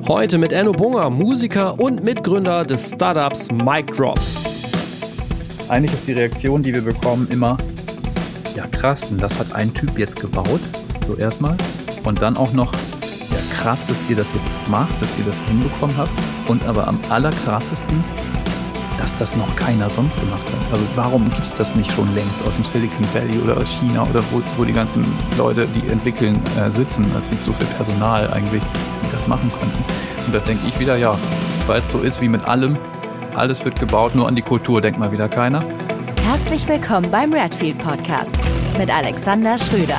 Heute mit Enno Bunger, Musiker und Mitgründer des Startups Mic Drops. Eigentlich ist die Reaktion, die wir bekommen, immer, ja krass, das hat ein Typ jetzt gebaut, so erstmal. Und dann auch noch, ja krass, dass ihr das jetzt macht, dass ihr das hinbekommen habt. Und aber am allerkrassesten, dass das noch keiner sonst gemacht hat. Also warum gibt es das nicht schon längst aus dem Silicon Valley oder aus China oder wo die ganzen Leute, die entwickeln, sitzen. Es gibt so viel Personal eigentlich, die das machen könnten. Und da denke ich wieder, ja, weil es so ist wie mit allem, alles wird gebaut, nur an die Kultur denkt mal wieder keiner. Herzlich willkommen beim Redfield Podcast mit Alexander Schröder.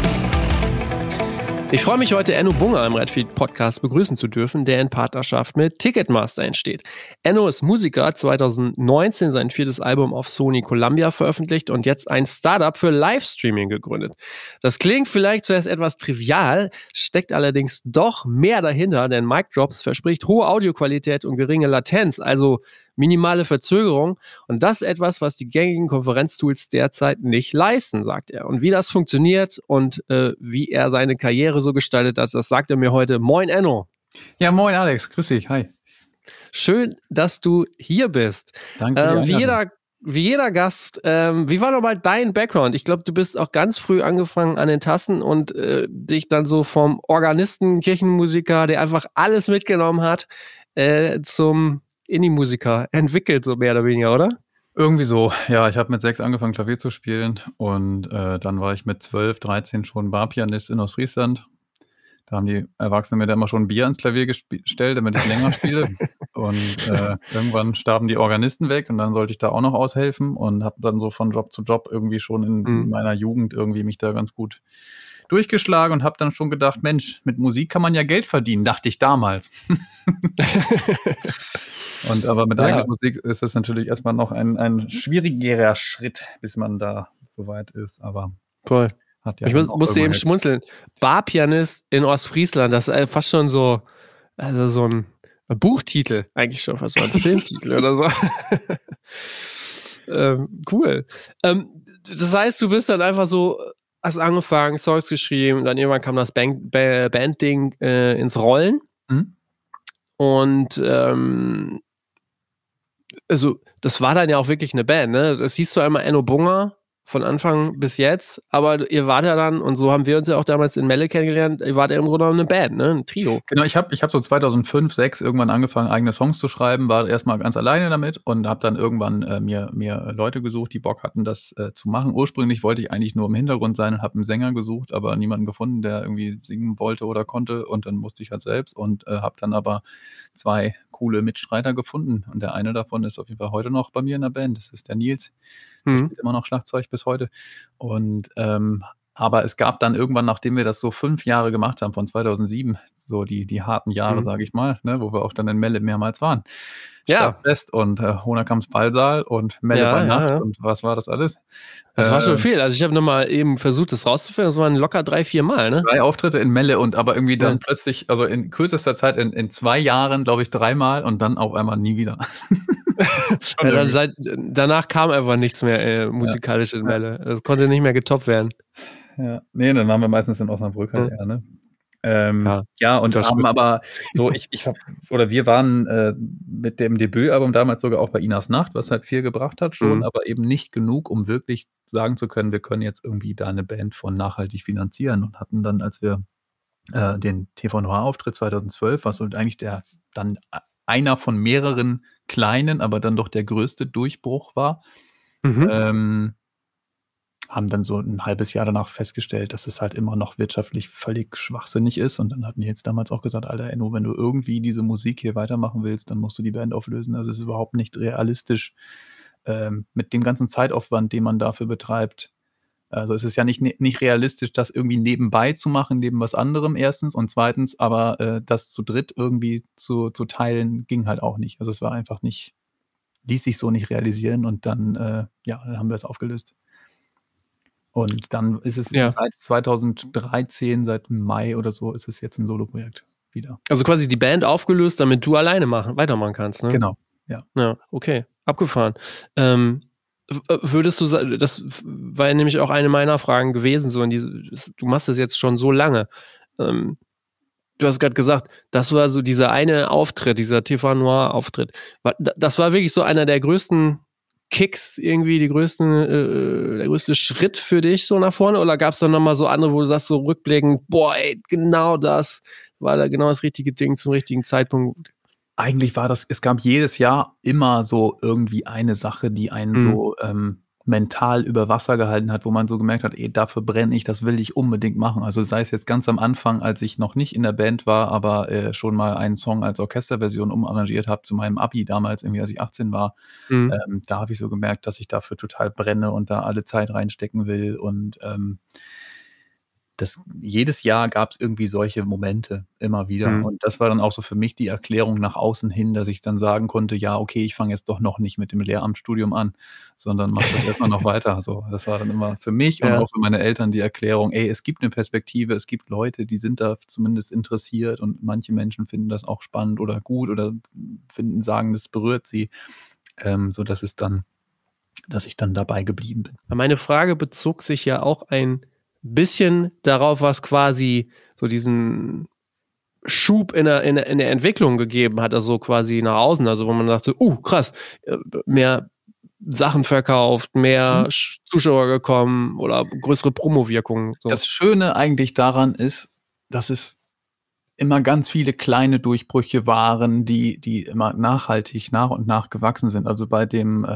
Ich freue mich heute, Enno Bunger im Redfield Podcast begrüßen zu dürfen, der in Partnerschaft mit Ticketmaster entsteht. Enno ist Musiker, 2019 sein 4. Album auf Sony Columbia veröffentlicht und jetzt ein Startup für Livestreaming gegründet. Das klingt vielleicht zuerst etwas trivial, steckt allerdings doch mehr dahinter, denn Mic Drops verspricht hohe Audioqualität und geringe Latenz, also minimale Verzögerung, und das ist etwas, was die gängigen Konferenztools derzeit nicht leisten, sagt er. Und wie das funktioniert und wie er seine Karriere so gestaltet hat, das sagt er mir heute. Moin Enno. Ja, moin Alex, grüß dich, hi. Schön, dass du hier bist. Danke. Wie jeder Gast, wie war nochmal dein Background? Ich glaube, du bist auch ganz früh angefangen an den Tasten und dich dann so vom Organisten, Kirchenmusiker, der einfach alles mitgenommen hat, zum Indie-Musiker entwickelt, so mehr oder weniger, oder? Irgendwie so, ja, ich habe mit 6 angefangen Klavier zu spielen und dann war ich mit 12, 13 schon Barpianist in Ostfriesland. Da haben die Erwachsenen mir da immer schon ein Bier ans Klavier gestellt, damit ich länger spiele. Und irgendwann starben die Organisten weg und dann sollte ich da auch noch aushelfen und habe dann so von Job zu Job irgendwie schon in meiner Jugend irgendwie mich da ganz gut durchgeschlagen und habe dann schon gedacht, Mensch, mit Musik kann man ja Geld verdienen, dachte ich damals. Aber mit eigener Musik ist das natürlich erstmal noch ein schwierigerer Schritt, bis man da so weit ist. Aber voll. Hat ja ich musste eben schmunzeln. Barpianist in Ostfriesland, das ist fast schon so, also so ein Buchtitel, eigentlich schon fast so ein Filmtitel oder so. Cool. Das heißt, du bist dann einfach so, hast angefangen, Songs geschrieben, dann irgendwann kam das Band-Ding ins Rollen. Mhm. Und also das war dann ja auch wirklich eine Band, ne? Das hieß so einmal Enno Bunger von Anfang bis jetzt, aber ihr wart ja dann, und so haben wir uns ja auch damals in Melle kennengelernt, ihr wart ja im Grunde genommen eine Band, ne? Ein Trio. Genau, ich hab so 2005, 2006 irgendwann angefangen, eigene Songs zu schreiben, war erstmal ganz alleine damit und habe dann irgendwann mir Leute gesucht, die Bock hatten, das zu machen. Ursprünglich wollte ich eigentlich nur im Hintergrund sein und habe einen Sänger gesucht, aber niemanden gefunden, der irgendwie singen wollte oder konnte, und dann musste ich halt selbst und habe dann aber 2 coole Mitstreiter gefunden und der eine davon ist auf jeden Fall heute noch bei mir in der Band, das ist der Nils. Der spielt immer noch Schlagzeug bis heute. Und aber es gab dann irgendwann, nachdem wir das so 5 Jahre gemacht haben, von 2007, so die harten Jahre, sage ich mal, ne, wo wir auch dann in Melle mehrmals waren. Stadtfest und Hohnerkamps Ballsaal und Melle bei Nacht und was war das alles? Das war schon viel. Also ich habe nochmal eben versucht, das rauszufinden. Das waren locker 3-4 Mal, ne? 2 Auftritte in Melle und aber irgendwie dann plötzlich, also in kürzester Zeit, in 2 Jahren, glaube ich, 3 Mal und dann auf einmal nie wieder. Danach kam einfach nichts mehr musikalisch in Melle. Das konnte nicht mehr getoppt werden. Ja, nee, dann waren wir meistens in Osnabrück halt eher, ne? Und haben aber so, wir waren mit dem Debütalbum damals sogar auch bei Inas Nacht, was halt viel gebracht hat schon, aber eben nicht genug, um wirklich sagen zu können, wir können jetzt irgendwie da eine Band von nachhaltig finanzieren, und hatten dann, als wir den TV Noir-Auftritt 2012, was so eigentlich dann einer von mehreren kleinen, aber dann doch der größte Durchbruch war, haben dann so ein halbes Jahr danach festgestellt, dass es halt immer noch wirtschaftlich völlig schwachsinnig ist. Und dann hatten die jetzt damals auch gesagt, Alter Enno, wenn du irgendwie diese Musik hier weitermachen willst, dann musst du die Band auflösen. Also es ist überhaupt nicht realistisch mit dem ganzen Zeitaufwand, den man dafür betreibt. Also es ist ja nicht realistisch, das irgendwie nebenbei zu machen, neben was anderem erstens. Und zweitens, aber das zu dritt irgendwie zu teilen, ging halt auch nicht. Also es war einfach nicht, ließ sich so nicht realisieren. Und dann, dann haben wir es aufgelöst. Und dann ist es seit 2013, seit Mai oder so, ist es jetzt ein Soloprojekt wieder. Also quasi die Band aufgelöst, damit du alleine weitermachen kannst, ne? Genau, ja. Ja, okay, abgefahren. Würdest du sagen, das war nämlich auch eine meiner Fragen gewesen, du machst das jetzt schon so lange. du hast gerade gesagt, das war so dieser eine Auftritt, dieser TV Noir-Auftritt. Das war wirklich so einer der größten Kicks, irgendwie der größte Schritt für dich so nach vorne? Oder gab es dann nochmal so andere, wo du sagst, so rückblickend, boah, ey, genau das war da genau das richtige Ding zum richtigen Zeitpunkt? Eigentlich war es gab jedes Jahr immer so irgendwie eine Sache, die einen so mental über Wasser gehalten hat, wo man so gemerkt hat, ey, dafür brenne ich, das will ich unbedingt machen. Also sei es jetzt ganz am Anfang, als ich noch nicht in der Band war, aber schon mal einen Song als Orchesterversion umarrangiert habe zu meinem Abi damals, irgendwie als ich 18 war. Da habe ich so gemerkt, dass ich dafür total brenne und da alle Zeit reinstecken will und jedes Jahr gab es irgendwie solche Momente immer wieder. Und das war dann auch so für mich die Erklärung nach außen hin, dass ich dann sagen konnte, ja, okay, ich fange jetzt doch noch nicht mit dem Lehramtsstudium an, sondern mache das erstmal noch weiter. So, das war dann immer für mich und auch für meine Eltern die Erklärung, ey, es gibt eine Perspektive, es gibt Leute, die sind da zumindest interessiert und manche Menschen finden das auch spannend oder gut oder sagen, das berührt sie, so dass ich dann dabei geblieben bin. Meine Frage bezog sich ja auch ein bisschen darauf, was quasi so diesen Schub in der Entwicklung gegeben hat, also quasi nach außen, also wo man dachte, krass, mehr Sachen verkauft, mehr Zuschauer gekommen oder größere Promo-Wirkungen. So. Das Schöne eigentlich daran ist, dass es immer ganz viele kleine Durchbrüche waren, die immer nachhaltig nach und nach gewachsen sind. Also bei dem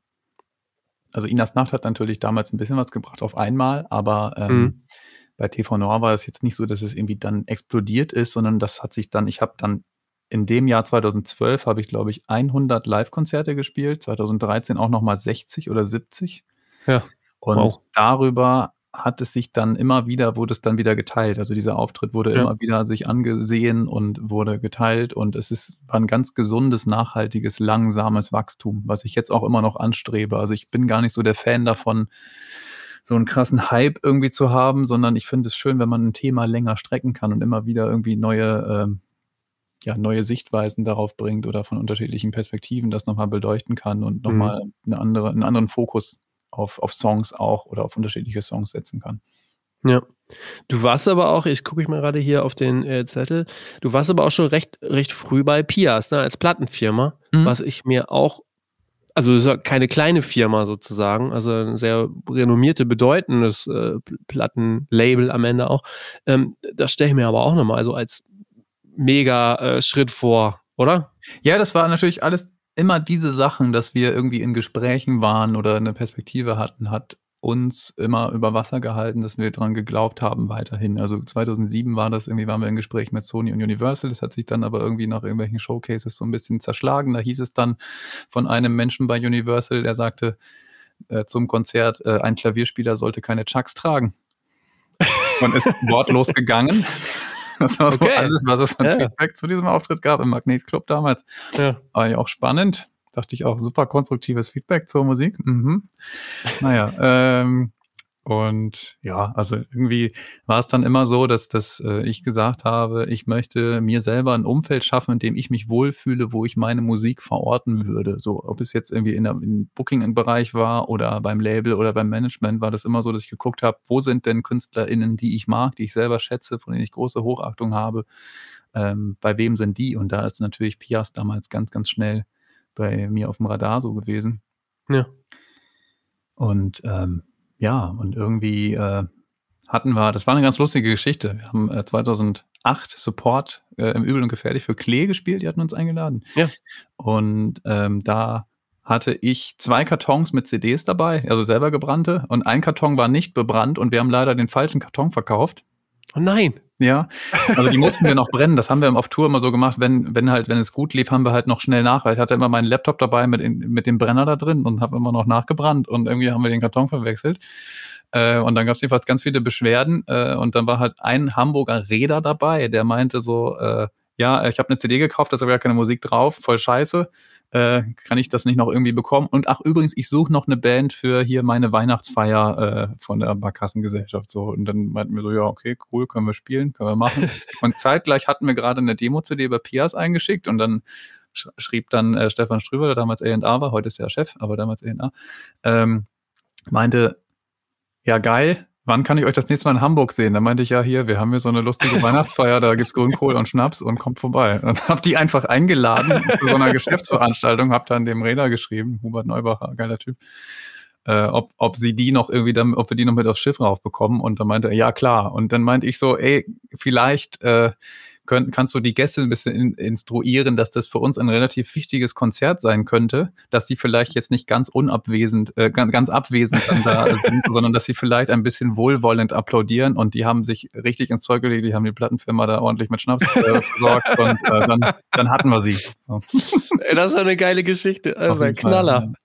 also Inas Nacht hat natürlich damals ein bisschen was gebracht auf einmal, aber bei TV Noir war es jetzt nicht so, dass es irgendwie dann explodiert ist, sondern das hat sich dann, ich habe dann in dem Jahr 2012 habe ich, glaube ich, 100 Live-Konzerte gespielt, 2013 auch nochmal 60 oder 70. Ja. Und darüber hat es sich dann wurde es dann wieder geteilt. Also dieser Auftritt wurde immer wieder sich angesehen und wurde geteilt und war ein ganz gesundes, nachhaltiges, langsames Wachstum, was ich jetzt auch immer noch anstrebe. Also ich bin gar nicht so der Fan davon, so einen krassen Hype irgendwie zu haben, sondern ich finde es schön, wenn man ein Thema länger strecken kann und immer wieder irgendwie neue Sichtweisen darauf bringt oder von unterschiedlichen Perspektiven das nochmal beleuchten kann und nochmal einen anderen Fokus auf Songs auch oder auf unterschiedliche Songs setzen kann. Ja. Du warst aber auch, ich gucke mal gerade hier auf den Zettel, du warst aber auch schon recht früh bei Pias, ne, als Plattenfirma, was ich mir auch, also das ist ja keine kleine Firma sozusagen, also ein sehr renommierte, bedeutendes Plattenlabel am Ende auch. Das stelle ich mir aber auch nochmal also als mega Schritt vor, oder? Ja, das war natürlich alles immer diese Sachen, dass wir irgendwie in Gesprächen waren oder eine Perspektive hatten, hat uns immer über Wasser gehalten, dass wir dran geglaubt haben weiterhin. Also 2007 waren wir im Gespräch mit Sony und Universal. Das hat sich dann aber irgendwie nach irgendwelchen Showcases so ein bisschen zerschlagen. Da hieß es dann von einem Menschen bei Universal, der sagte zum Konzert, ein Klavierspieler sollte keine Chucks tragen. Und ist wortlos gegangen. Das war so alles, was es an Feedback zu diesem Auftritt gab im Magnetclub damals. Ja. War ja auch spannend. Dachte ich auch, super konstruktives Feedback zur Musik. Naja, und ja, also irgendwie war es dann immer so, dass ich gesagt habe, ich möchte mir selber ein Umfeld schaffen, in dem ich mich wohlfühle, wo ich meine Musik verorten würde. So, ob es jetzt irgendwie im Booking-Bereich war oder beim Label oder beim Management, war das immer so, dass ich geguckt habe, wo sind denn KünstlerInnen, die ich mag, die ich selber schätze, von denen ich große Hochachtung habe, bei wem sind die? Und da ist natürlich Pias damals ganz, ganz schnell bei mir auf dem Radar so gewesen. Ja. Und und irgendwie das war eine ganz lustige Geschichte. Wir haben 2008 Support im Übel und Gefährlich für Klee gespielt, die hatten uns eingeladen. Ja. Und da hatte ich 2 Kartons mit CDs dabei, also selber gebrannte, und ein Karton war nicht bebrannt und wir haben leider den falschen Karton verkauft. Oh nein! Ja, also die mussten wir noch brennen. Das haben wir auf Tour immer so gemacht, wenn es gut lief, haben wir halt noch schnell nach. Ich hatte immer meinen Laptop dabei mit dem Brenner da drin und habe immer noch nachgebrannt und irgendwie haben wir den Karton verwechselt. Und dann gab es jedenfalls ganz viele Beschwerden und dann war halt ein Hamburger Reeder dabei, der meinte so, ich habe eine CD gekauft, da ist aber gar keine Musik drauf, voll scheiße. Kann ich das nicht noch irgendwie bekommen? Und ach, übrigens, ich suche noch eine Band für hier meine Weihnachtsfeier von der Barkassengesellschaft. So. Und dann meinten wir so, ja, okay, cool, können wir spielen, können wir machen. Und zeitgleich hatten wir gerade eine Demo-CD bei Pias eingeschickt und dann schrieb dann Stefan Strüber, der damals A&R war, heute ist er Chef, aber damals A&R, meinte, ja geil, wann kann ich euch das nächste Mal in Hamburg sehen? Da meinte ich, ja, hier, wir haben hier so eine lustige Weihnachtsfeier, da gibt's Grünkohl und Schnaps und kommt vorbei. Und hab die einfach eingeladen zu so einer Geschäftsveranstaltung, hab dann dem Räder geschrieben, Hubert Neubacher, geiler Typ, ob sie die noch irgendwie dann, ob wir die noch mit aufs Schiff raufbekommen. Und dann meinte er, ja, klar. Und dann meinte ich so, ey, vielleicht kannst du die Gäste ein bisschen instruieren, dass das für uns ein relativ wichtiges Konzert sein könnte, dass sie vielleicht jetzt nicht ganz unabwesend, ganz abwesend dann da sind, sondern dass sie vielleicht ein bisschen wohlwollend applaudieren, und die haben sich richtig ins Zeug gelegt, die haben die Plattenfirma da ordentlich mit Schnaps versorgt, und dann hatten wir sie. So. Ey, das ist eine geile Geschichte, also ein Knaller. Fall.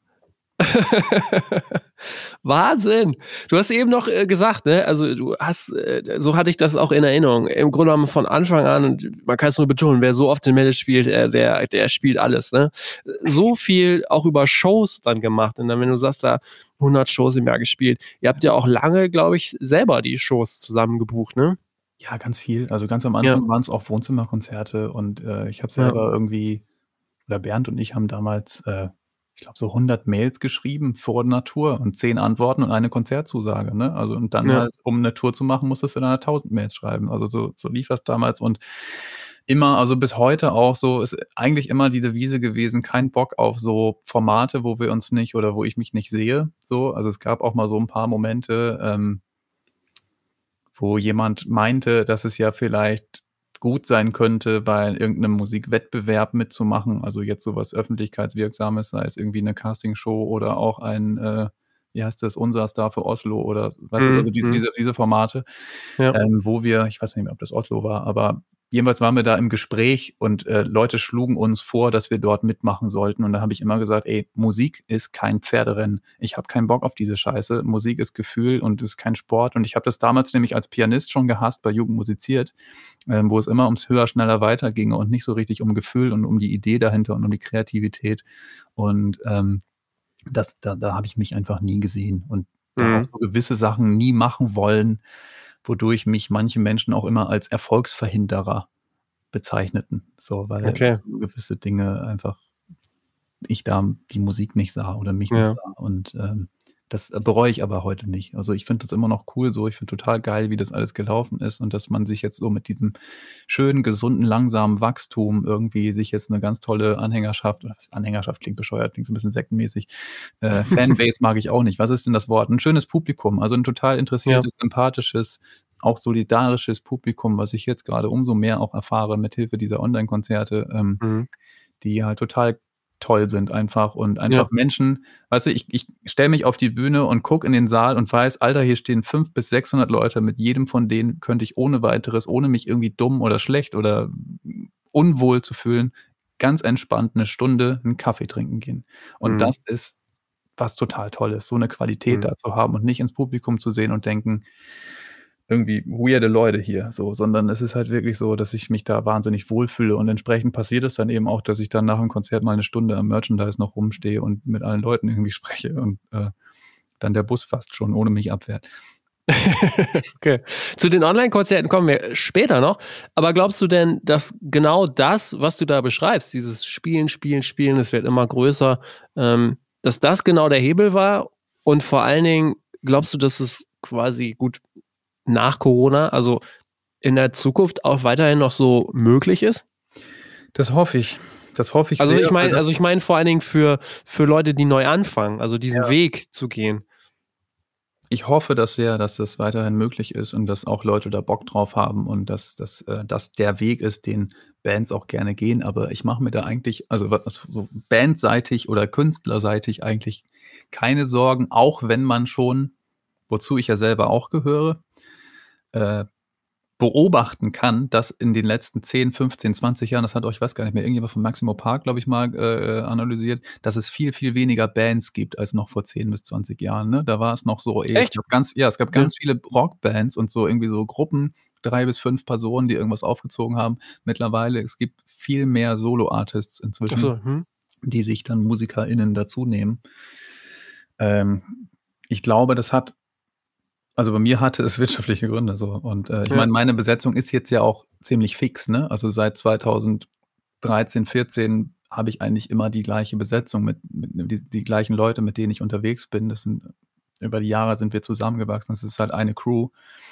Wahnsinn. Du hast eben noch gesagt, ne? Also du hast, so hatte ich das auch in Erinnerung, im Grunde genommen von Anfang an, und man kann es nur betonen, wer so oft in Metal spielt, der spielt alles, ne? So viel auch über Shows dann gemacht, und dann, wenn du sagst, da 100 Shows im Jahr gespielt, ihr habt ja auch lange, glaube ich, selber die Shows zusammen gebucht, ne? Ja, ganz viel. Also ganz am Anfang waren es auch Wohnzimmerkonzerte, und ich habe selber irgendwie, oder Bernd und ich haben damals ich glaube, so 100 Mails geschrieben vor einer Tour und 10 Antworten und eine Konzertzusage, ne? Also, und dann halt, um eine Tour zu machen, musstest du dann 1000 Mails schreiben. Also so lief das damals, und immer, also bis heute auch so, ist eigentlich immer die Devise gewesen, kein Bock auf so Formate, wo wir uns nicht oder wo ich mich nicht sehe. So, also es gab auch mal so ein paar Momente, wo jemand meinte, dass es ja vielleicht gut sein könnte, bei irgendeinem Musikwettbewerb mitzumachen, also jetzt sowas Öffentlichkeitswirksames, sei es irgendwie eine Castingshow oder auch ein, wie heißt das, Unser Star für Oslo oder weißt du, also diese Formate, wo wir, ich weiß nicht mehr, ob das Oslo war, aber jedenfalls waren wir da im Gespräch, und Leute schlugen uns vor, dass wir dort mitmachen sollten, und da habe ich immer gesagt, ey, Musik ist kein Pferderennen. Ich habe keinen Bock auf diese Scheiße. Musik ist Gefühl und ist kein Sport, und ich habe das damals nämlich als Pianist schon gehasst bei Jugend musiziert, wo es immer ums höher, schneller, weiter ging und nicht so richtig um Gefühl und um die Idee dahinter und um die Kreativität, und da habe ich mich einfach nie gesehen und da auch so gewisse Sachen nie machen wollen, wodurch mich manche Menschen auch immer als Erfolgsverhinderer bezeichneten. So, weil so gewisse Dinge einfach ich da die Musik nicht sah oder mich nicht sah. Und das bereue ich aber heute nicht. Also ich finde das immer noch cool so. Ich finde total geil, wie das alles gelaufen ist, und dass man sich jetzt so mit diesem schönen, gesunden, langsamen Wachstum irgendwie sich jetzt eine ganz tolle Anhängerschaft klingt bescheuert, klingt so ein bisschen sektenmäßig. Fanbase mag ich auch nicht. Was ist denn das Wort? Ein schönes Publikum, also ein total interessiertes, sympathisches, auch solidarisches Publikum, was ich jetzt gerade umso mehr auch erfahre mit Hilfe dieser Online-Konzerte, die halt total toll sind einfach, und einfach Menschen, weißt du, ich stelle mich auf die Bühne und gucke in den Saal und weiß, Alter, hier stehen 500 bis 600 Leute, mit jedem von denen könnte ich ohne weiteres, ohne mich irgendwie dumm oder schlecht oder unwohl zu fühlen, ganz entspannt eine Stunde einen Kaffee trinken gehen. Und das ist was total Tolles, so eine Qualität da zu haben und nicht ins Publikum zu sehen und denken, irgendwie weirde Leute hier, so, sondern es ist halt wirklich so, dass ich mich da wahnsinnig wohlfühle, und entsprechend passiert es dann eben auch, dass ich dann nach dem Konzert mal eine Stunde am Merchandise noch rumstehe und mit allen Leuten irgendwie spreche und dann der Bus fast schon ohne mich abfährt. Okay. Zu den Online-Konzerten kommen wir später noch, aber glaubst du denn, dass genau das, was du da beschreibst, dieses Spielen, es wird immer größer, dass das genau der Hebel war, und vor allen Dingen glaubst du, dass es quasi gut nach Corona, also in der Zukunft auch weiterhin noch so möglich ist? Das hoffe ich. Also sehr. Ich meine vor allen Dingen für Leute, die neu anfangen, also diesen Weg zu gehen. Ich hoffe das sehr, dass das weiterhin möglich ist und dass auch Leute da Bock drauf haben und dass das der Weg ist, den Bands auch gerne gehen. Aber ich mache mir da eigentlich, also so bandseitig oder künstlerseitig eigentlich keine Sorgen, auch wenn man schon, wozu ich ja selber auch gehöre, beobachten kann, dass in den letzten 10, 15, 20 Jahren, das hat auch, ich weiß gar nicht mehr, irgendjemand von Maximo Park, glaube ich, mal analysiert, dass es viel, viel weniger Bands gibt als noch vor 10 bis 20 Jahren. Ne? Da war es noch so, es gab ganz viele Rockbands und so irgendwie so Gruppen, 3 bis 5 Personen, die irgendwas aufgezogen haben. Mittlerweile, es gibt viel mehr Solo-Artists inzwischen, die sich dann MusikerInnen dazu nehmen. Ich glaube, also bei mir hatte es wirtschaftliche Gründe so. Und ich meine, meine Besetzung ist jetzt ja auch ziemlich fix, ne? Also seit 2013, 14 habe ich eigentlich immer die gleiche Besetzung mit die gleichen Leute, mit denen ich unterwegs bin. Das sind über die Jahre sind wir zusammengewachsen. Es ist halt eine Crew.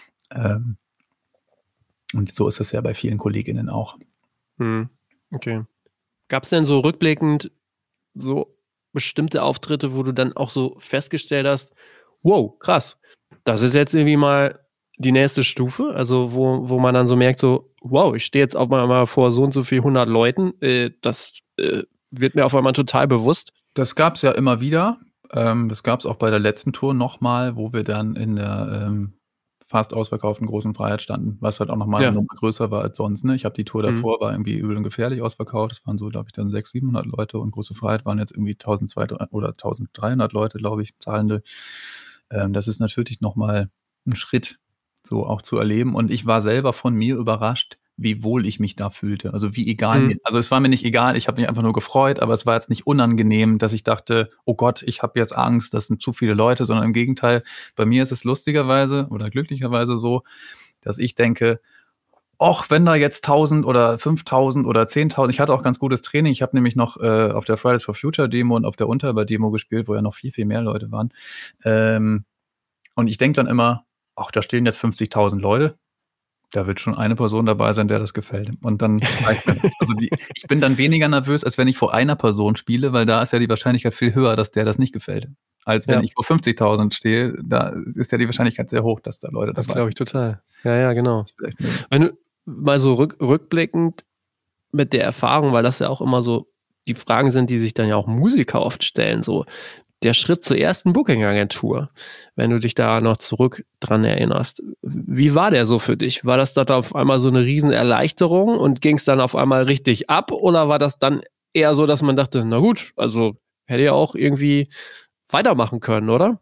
Und so ist es ja bei vielen KollegInnen auch. Okay. Gab es denn so rückblickend so bestimmte Auftritte, wo du dann auch so festgestellt hast, wow, krass, das ist jetzt irgendwie mal die nächste Stufe, also wo man dann so merkt, so, wow, ich stehe jetzt auf einmal vor so und so viel 100 Leuten, das wird mir auf einmal total bewusst. Das gab es ja immer wieder. Das gab es auch bei der letzten Tour nochmal, wo wir dann in der fast ausverkauften großen Freiheit standen, was halt auch nochmal eine Nummer größer war als sonst. Ne? Ich habe die Tour davor, war irgendwie übel und gefährlich ausverkauft. Das waren so, glaube ich, dann 600, 700 Leute und große Freiheit waren jetzt irgendwie 1200 oder 1300 Leute, glaube ich, Zahlende. Das ist natürlich nochmal ein Schritt, so auch zu erleben. Und ich war selber von mir überrascht, wie wohl ich mich da fühlte. Also wie egal mir, also es war mir nicht egal, ich habe mich einfach nur gefreut, aber es war jetzt nicht unangenehm, dass ich dachte, oh Gott, ich habe jetzt Angst, das sind zu viele Leute, sondern im Gegenteil, bei mir ist es lustigerweise oder glücklicherweise so, dass ich denke, och, wenn da jetzt 1000 oder 5000 oder 10.000, ich hatte auch ganz gutes Training, ich habe nämlich noch auf der Fridays for Future Demo und auf der Unterbar-Demo gespielt, wo ja noch viel, viel mehr Leute waren. Und ich denke dann immer, ach, da stehen jetzt 50.000 Leute, da wird schon eine Person dabei sein, der das gefällt. Und dann ich bin dann weniger nervös, als wenn ich vor einer Person spiele, weil da ist ja die Wahrscheinlichkeit viel höher, dass der das nicht gefällt. Als wenn ich vor 50.000 stehe, da ist ja die Wahrscheinlichkeit sehr hoch, dass da Leute dabei sind. Das glaube ich total. Ja, genau. Wenn du mal so rückblickend mit der Erfahrung, weil das ja auch immer so die Fragen sind, die sich dann ja auch Musiker oft stellen, so der Schritt zur ersten Booking-Agentur, wenn du dich da noch zurück dran erinnerst. Wie war der so für dich? War das da auf einmal so eine riesen Erleichterung und ging es dann auf einmal richtig ab oder war das dann eher so, dass man dachte, na gut, also hätte ja auch irgendwie weitermachen können, oder?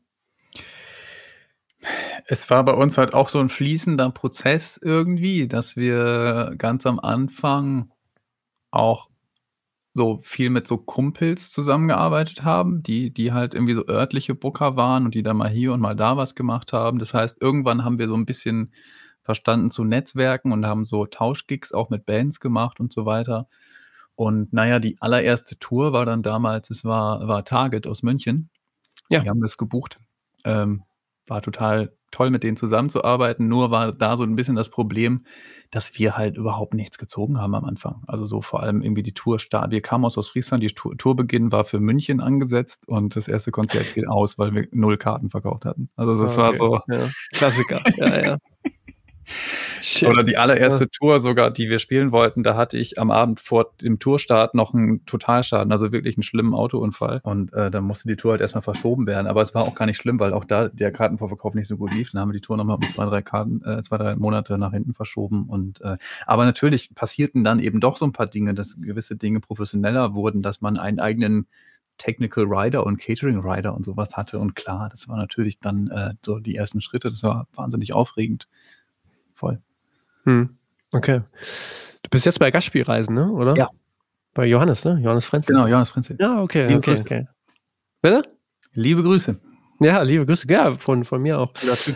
Es war bei uns halt auch so ein fließender Prozess irgendwie, dass wir ganz am Anfang auch so viel mit so Kumpels zusammengearbeitet haben, die halt irgendwie so örtliche Booker waren und die dann mal hier und mal da was gemacht haben. Das heißt, irgendwann haben wir so ein bisschen verstanden zu Netzwerken und haben so Tauschgigs auch mit Bands gemacht und so weiter. Und naja, die allererste Tour war dann damals, es war Target aus München. Ja. Die haben das gebucht. War total toll, mit denen zusammenzuarbeiten. Nur war da so ein bisschen das Problem, dass wir halt überhaupt nichts gezogen haben am Anfang. Also so vor allem irgendwie die Tourstart. Wir kamen aus Ostfriesland, die Tourbeginn war für München angesetzt und das erste Konzert fiel aus, weil wir 0 Karten verkauft hatten. Also das war so. Ja. Klassiker. Ja. Shit. Oder die allererste Tour sogar, die wir spielen wollten, da hatte ich am Abend vor dem Tourstart noch einen Totalschaden, also wirklich einen schlimmen Autounfall. Und dann musste die Tour halt erstmal verschoben werden. Aber es war auch gar nicht schlimm, weil auch da der Kartenvorverkauf nicht so gut lief. Dann haben wir die Tour nochmal um 2-3 Monate nach hinten verschoben. Aber natürlich passierten dann eben doch so ein paar Dinge, dass gewisse Dinge professioneller wurden, dass man einen eigenen Technical Rider und Catering Rider und sowas hatte. Und klar, das war natürlich dann so die ersten Schritte. Das war wahnsinnig aufregend. Voll. Okay. Du bist jetzt bei Gastspielreisen, ne? Oder? Ja. Bei Johannes, ne? Johannes Frenzel. Genau, Johannes Frenzel. Ja, okay. Bitte? Liebe Grüße. Ja, liebe Grüße. Ja, von mir auch.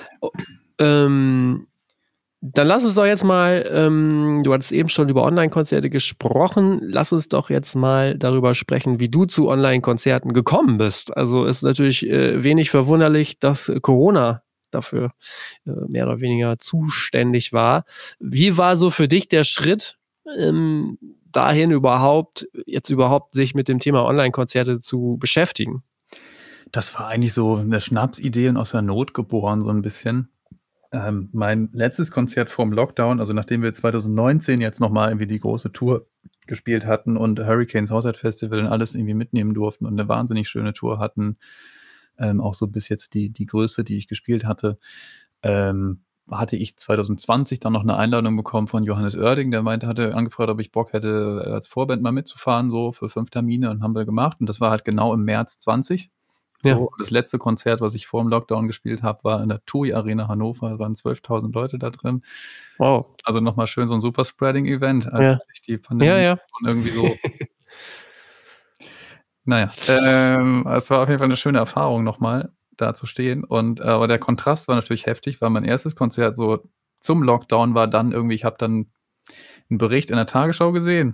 Dann lass uns doch jetzt mal, du hattest eben schon über Online-Konzerte gesprochen, lass uns doch jetzt mal darüber sprechen, wie du zu Online-Konzerten gekommen bist. Also ist natürlich wenig verwunderlich, dass Corona dafür mehr oder weniger zuständig war. Wie war so für dich der Schritt dahin überhaupt sich mit dem Thema Online-Konzerte zu beschäftigen? Das war eigentlich so eine Schnapsidee und aus der Not geboren, so ein bisschen. Mein letztes Konzert vorm Lockdown, also nachdem wir 2019 jetzt nochmal irgendwie die große Tour gespielt hatten und Hurricanes Haushalt Festival und alles irgendwie mitnehmen durften und eine wahnsinnig schöne Tour hatten, auch so bis jetzt die größte, die ich gespielt hatte, hatte ich 2020 dann noch eine Einladung bekommen von Johannes Oerding, der hatte angefragt, ob ich Bock hätte, als Vorband mal mitzufahren, so für 5 Termine, und haben wir gemacht. Und das war halt genau im März 20. Ja. So, das letzte Konzert, was ich vor dem Lockdown gespielt habe, war in der TUI Arena Hannover. Da waren 12.000 Leute da drin. Wow. Also nochmal schön so ein super Spreading-Event, als ich die Pandemie irgendwie so. Naja, es war auf jeden Fall eine schöne Erfahrung, nochmal da zu stehen. Aber der Kontrast war natürlich heftig, weil mein erstes Konzert so zum Lockdown war dann irgendwie, ich habe dann einen Bericht in der Tagesschau gesehen,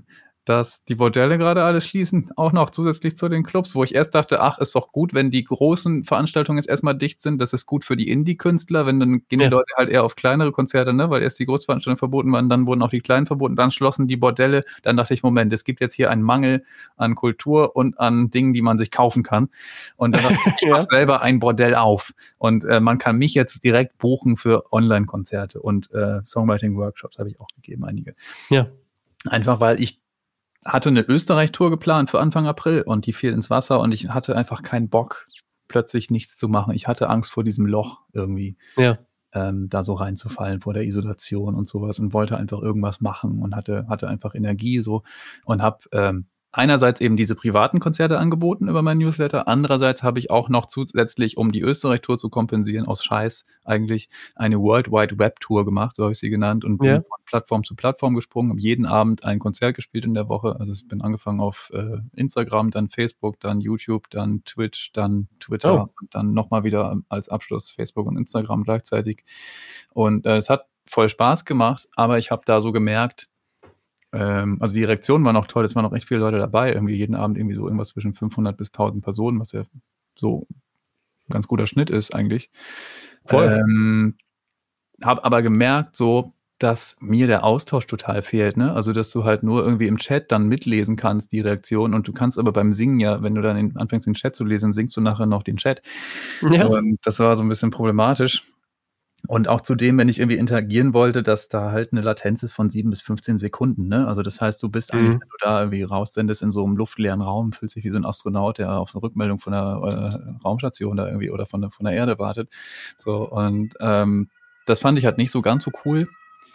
dass die Bordelle gerade alle schließen, auch noch zusätzlich zu den Clubs, wo ich erst dachte, ach, ist doch gut, wenn die großen Veranstaltungen jetzt erstmal dicht sind, das ist gut für die Indie-Künstler, wenn dann gehen die Leute halt eher auf kleinere Konzerte, ne, weil erst die Großveranstaltungen verboten waren, dann wurden auch die kleinen verboten, dann schlossen die Bordelle, dann dachte ich, Moment, es gibt jetzt hier einen Mangel an Kultur und an Dingen, die man sich kaufen kann, und dann dachte ich mache selber ein Bordell auf und man kann mich jetzt direkt buchen für Online-Konzerte und Songwriting-Workshops habe ich auch gegeben, einige. Ja. Einfach, weil ich hatte eine Österreich-Tour geplant für Anfang April und die fiel ins Wasser und ich hatte einfach keinen Bock, plötzlich nichts zu machen. Ich hatte Angst vor diesem Loch irgendwie, da so reinzufallen vor der Isolation und sowas und wollte einfach irgendwas machen und hatte einfach Energie so und habe einerseits eben diese privaten Konzerte angeboten über meinen Newsletter, andererseits habe ich auch noch zusätzlich, um die Österreich-Tour zu kompensieren, aus Scheiß eigentlich, eine World Wide Web Tour gemacht, so habe ich sie genannt, und bin von Plattform zu Plattform gesprungen, habe jeden Abend ein Konzert gespielt in der Woche. Also ich bin angefangen auf Instagram, dann Facebook, dann YouTube, dann Twitch, dann Twitter und dann nochmal wieder als Abschluss Facebook und Instagram gleichzeitig. Und es hat voll Spaß gemacht, aber ich habe da so gemerkt, also die Reaktionen waren auch toll, es waren auch echt viele Leute dabei, irgendwie jeden Abend irgendwie so irgendwas zwischen 500 bis 1000 Personen, was ja so ein ganz guter Schnitt ist eigentlich. Voll. Habe aber gemerkt so, dass mir der Austausch total fehlt, ne? Also, dass du halt nur irgendwie im Chat dann mitlesen kannst, die Reaktion, und du kannst aber beim Singen ja, wenn du dann anfängst, den Chat zu lesen, singst du nachher noch den Chat. Ja. Und das war so ein bisschen problematisch. Und auch zudem, wenn ich irgendwie interagieren wollte, dass da halt eine Latenz ist von 7 bis 15 Sekunden, ne? Also das heißt, du bist eigentlich, wenn du da irgendwie raussendest in so einem luftleeren Raum, fühlst dich wie so ein Astronaut, der auf eine Rückmeldung von der Raumstation da irgendwie oder von der Erde wartet. So, und das fand ich halt nicht so ganz so cool.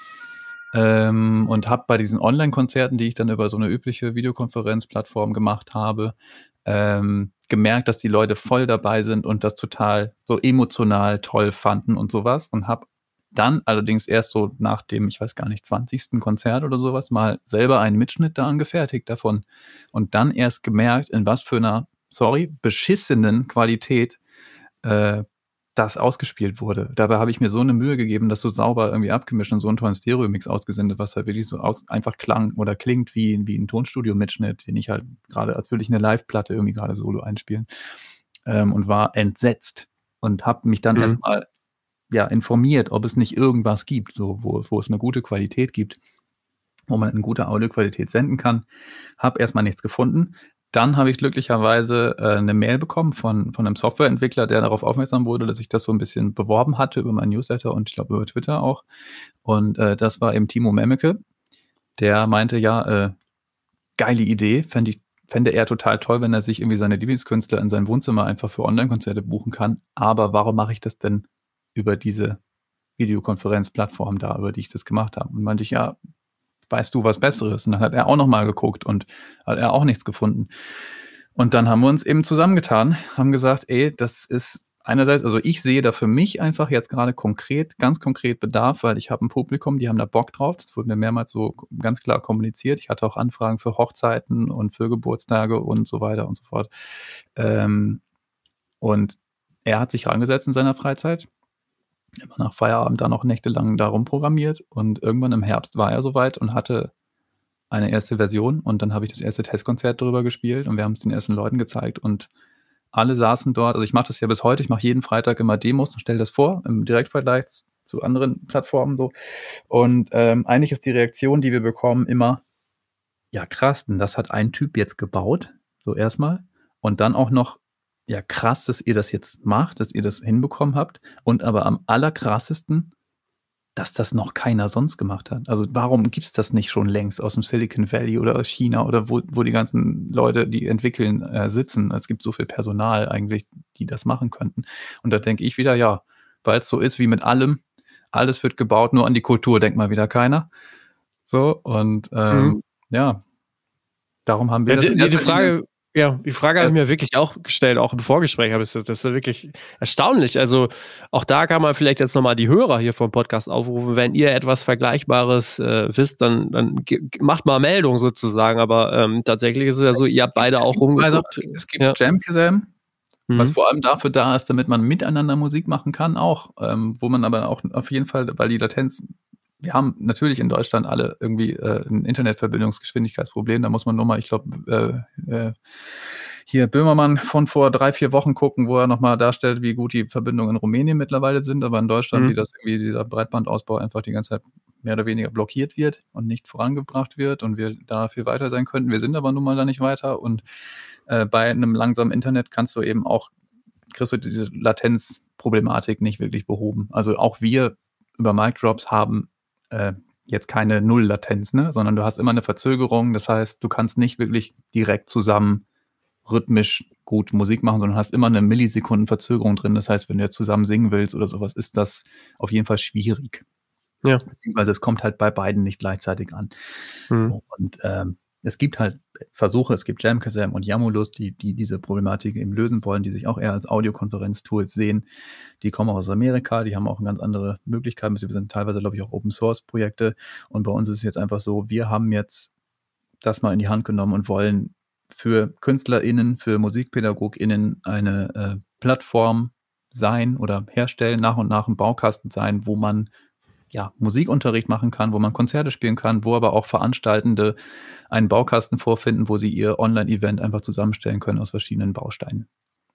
Und habe bei diesen Online-Konzerten, die ich dann über so eine übliche Videokonferenzplattform gemacht habe, gemerkt, dass die Leute voll dabei sind und das total so emotional toll fanden und sowas, und habe dann allerdings erst so nach dem, ich weiß gar nicht, 20. Konzert oder sowas mal selber einen Mitschnitt da angefertigt davon und dann erst gemerkt, in was für einer, beschissenen Qualität das ausgespielt wurde. Dabei habe ich mir so eine Mühe gegeben, das so sauber irgendwie abgemischt und so einen tollen Stereo-Mix ausgesendet, was halt wirklich so einfach klang oder klingt wie ein Tonstudio-Mitschnitt, den ich halt gerade, als würde ich eine Live-Platte irgendwie gerade solo einspielen, und war entsetzt und habe mich dann erstmal informiert, ob es nicht irgendwas gibt, so wo es eine gute Qualität gibt, wo man in guter Audioqualität senden kann. Habe erstmal nichts gefunden. Dann habe ich glücklicherweise eine Mail bekommen von einem Softwareentwickler, der darauf aufmerksam wurde, dass ich das so ein bisschen beworben hatte über meinen Newsletter und ich glaube über Twitter auch. Und das war eben Timo Memmeke. Der meinte, geile Idee, fände er total toll, wenn er sich irgendwie seine Lieblingskünstler in sein Wohnzimmer einfach für Online-Konzerte buchen kann. Aber warum mache ich das denn über diese Videokonferenzplattform da, über die ich das gemacht habe? Und meinte ich, weißt du was Besseres? Und dann hat er auch nochmal geguckt und hat er auch nichts gefunden. Und dann haben wir uns eben zusammengetan, haben gesagt, das ist einerseits, also ich sehe da für mich einfach jetzt gerade ganz konkret Bedarf, weil ich habe ein Publikum, die haben da Bock drauf. Das wurde mir mehrmals so ganz klar kommuniziert. Ich hatte auch Anfragen für Hochzeiten und für Geburtstage und so weiter und so fort. Und er hat sich rangesetzt in seiner Freizeit, immer nach Feierabend da noch nächtelang darum programmiert, und irgendwann im Herbst war er soweit und hatte eine erste Version, und dann habe ich das erste Testkonzert darüber gespielt und wir haben es den ersten Leuten gezeigt und alle saßen dort. Also ich mache das ja bis heute, ich mache jeden Freitag immer Demos und stelle das vor, im Direktvergleich zu anderen Plattformen so, und eigentlich ist die Reaktion, die wir bekommen, immer, ja krass, denn das hat ein Typ jetzt gebaut, so erstmal, und dann auch noch, ja krass, dass ihr das jetzt macht, dass ihr das hinbekommen habt, und aber am allerkrassesten, dass das noch keiner sonst gemacht hat. Also warum gibt's das nicht schon längst aus dem Silicon Valley oder aus China oder wo die ganzen Leute, die entwickeln, sitzen? Es gibt so viel Personal eigentlich, die das machen könnten. Und da denke ich wieder, weil es so ist wie mit allem, alles wird gebaut, nur an die Kultur denkt mal wieder keiner. So, und darum haben wir die Frage... Ja, die Frage habe ich mir wirklich auch gestellt, auch im Vorgespräch habe ich das ist wirklich erstaunlich. Also auch da kann man vielleicht jetzt nochmal die Hörer hier vom Podcast aufrufen. Wenn ihr etwas Vergleichbares wisst, dann macht mal Meldung sozusagen. Aber tatsächlich ist es ja so, ihr habt beide auch rumgeguckt. Es gibt Jamkazam, was vor allem dafür da ist, damit man miteinander Musik machen kann auch. Wo man aber auch auf jeden Fall, weil die Latenz wir haben natürlich in Deutschland alle irgendwie ein Internetverbindungsgeschwindigkeitsproblem. Da muss man nur mal, ich glaube, hier Böhmermann von vor 3-4 Wochen gucken, wo er nochmal darstellt, wie gut die Verbindungen in Rumänien mittlerweile sind, aber in Deutschland, wie das irgendwie dieser Breitbandausbau einfach die ganze Zeit mehr oder weniger blockiert wird und nicht vorangebracht wird und wir da viel weiter sein könnten. Wir sind aber nun mal da nicht weiter und bei einem langsamen Internet kriegst du diese Latenzproblematik nicht wirklich behoben. Also auch wir über Mic Drops haben jetzt keine Null-Latenz, ne? Sondern du hast immer eine Verzögerung. Das heißt, du kannst nicht wirklich direkt zusammen rhythmisch gut Musik machen, sondern hast immer eine Millisekunden Verzögerung drin. Das heißt, wenn du jetzt zusammen singen willst oder sowas, ist das auf jeden Fall schwierig. Ja. Beziehungsweise es kommt halt bei beiden nicht gleichzeitig an. So, und es gibt halt Versuche, es gibt Jamkazam und Yamulus, die diese Problematik eben lösen wollen, die sich auch eher als Audiokonferenz-Tools sehen. Die kommen auch aus Amerika, die haben auch eine ganz andere Möglichkeiten. Wir sind teilweise, glaube ich, auch Open-Source-Projekte. Und bei uns ist es jetzt einfach so, wir haben jetzt das mal in die Hand genommen und wollen für KünstlerInnen, für MusikpädagogInnen eine Plattform sein oder herstellen, nach und nach ein Baukasten sein, wo man Musikunterricht machen kann, wo man Konzerte spielen kann, wo aber auch Veranstaltende einen Baukasten vorfinden, wo sie ihr Online-Event einfach zusammenstellen können aus verschiedenen Bausteinen.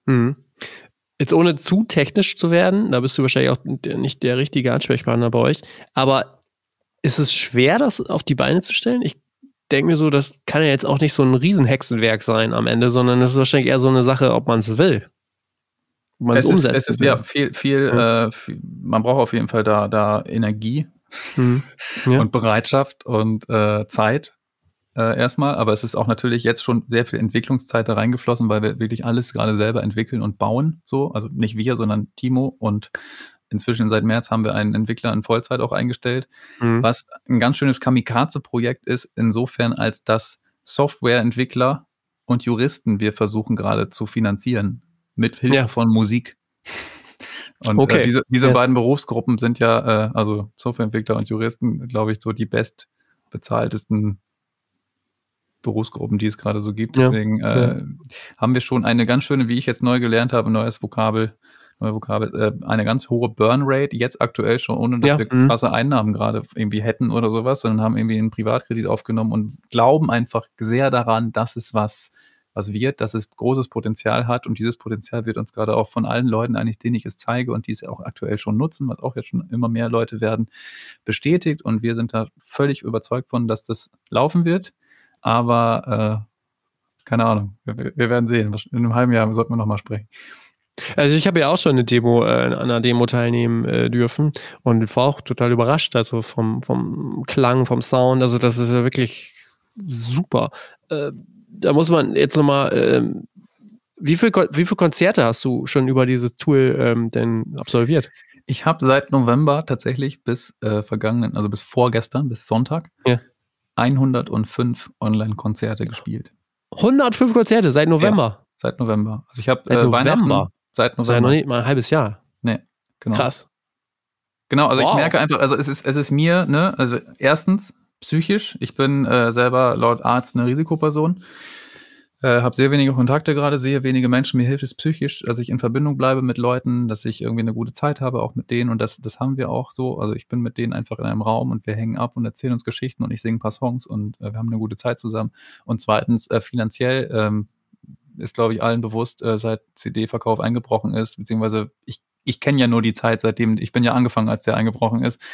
Jetzt ohne zu technisch zu werden, da bist du wahrscheinlich auch nicht der richtige Ansprechpartner bei euch, aber ist es schwer, das auf die Beine zu stellen? Ich denke mir so, das kann ja jetzt auch nicht so ein Riesenhexenwerk sein am Ende, sondern das ist wahrscheinlich eher so eine Sache, ob man es will. Es ist viel, man braucht auf jeden Fall da Energie und Bereitschaft und Zeit erstmal, aber es ist auch natürlich jetzt schon sehr viel Entwicklungszeit da reingeflossen, weil wir wirklich alles gerade selber entwickeln und bauen, so, also nicht wir, sondern Timo, und inzwischen seit März haben wir einen Entwickler in Vollzeit auch eingestellt, was ein ganz schönes Kamikaze-Projekt ist, insofern als dass Softwareentwickler und Juristen wir versuchen gerade zu finanzieren. Mit Hilfe von Musik. Und diese beiden Berufsgruppen sind ja, also Softwareentwickler und Juristen, glaube ich, so die bestbezahltesten Berufsgruppen, die es gerade so gibt. Deswegen haben wir schon eine ganz schöne, wie ich jetzt neu gelernt habe, neue Vokabel, eine ganz hohe Burn-Rate, jetzt aktuell schon, ohne dass wir krasse Einnahmen gerade irgendwie hätten oder sowas, sondern haben irgendwie einen Privatkredit aufgenommen und glauben einfach sehr daran, dass es was wird, dass es großes Potenzial hat, und dieses Potenzial wird uns gerade auch von allen Leuten eigentlich, denen ich es zeige und die es auch aktuell schon nutzen, was auch jetzt schon immer mehr Leute werden, bestätigt, und wir sind da völlig überzeugt von, dass das laufen wird, aber keine Ahnung, wir werden sehen, in einem halben Jahr sollten wir nochmal sprechen. Also ich habe ja auch schon an einer Demo teilnehmen dürfen und war auch total überrascht, also vom Klang, vom Sound, also das ist ja wirklich super. Da muss man jetzt nochmal, wie viel Konzerte hast du schon über dieses Tool denn absolviert? Ich habe seit November tatsächlich bis vorgestern, bis Sonntag, 105 Online-Konzerte gespielt. 105 Konzerte seit November? Ja, seit November. Also ich habe Weihnachten seit November. Das ist ja noch nicht mal ein halbes Jahr. Nee, genau. Krass. Genau, also ich merke einfach, also es ist mir, ne, also erstens psychisch, ich bin selber laut Arzt eine Risikoperson, habe sehr wenige Kontakte gerade, sehe wenige Menschen, mir hilft es psychisch, dass ich in Verbindung bleibe mit Leuten, dass ich irgendwie eine gute Zeit habe, auch mit denen, und das haben wir auch so, also ich bin mit denen einfach in einem Raum und wir hängen ab und erzählen uns Geschichten und ich singe ein paar Songs und wir haben eine gute Zeit zusammen, und zweitens finanziell ist, glaube ich, allen bewusst, seit CD-Verkauf eingebrochen ist, beziehungsweise ich kenne ja nur die Zeit, seitdem, ich bin ja angefangen, als der eingebrochen ist.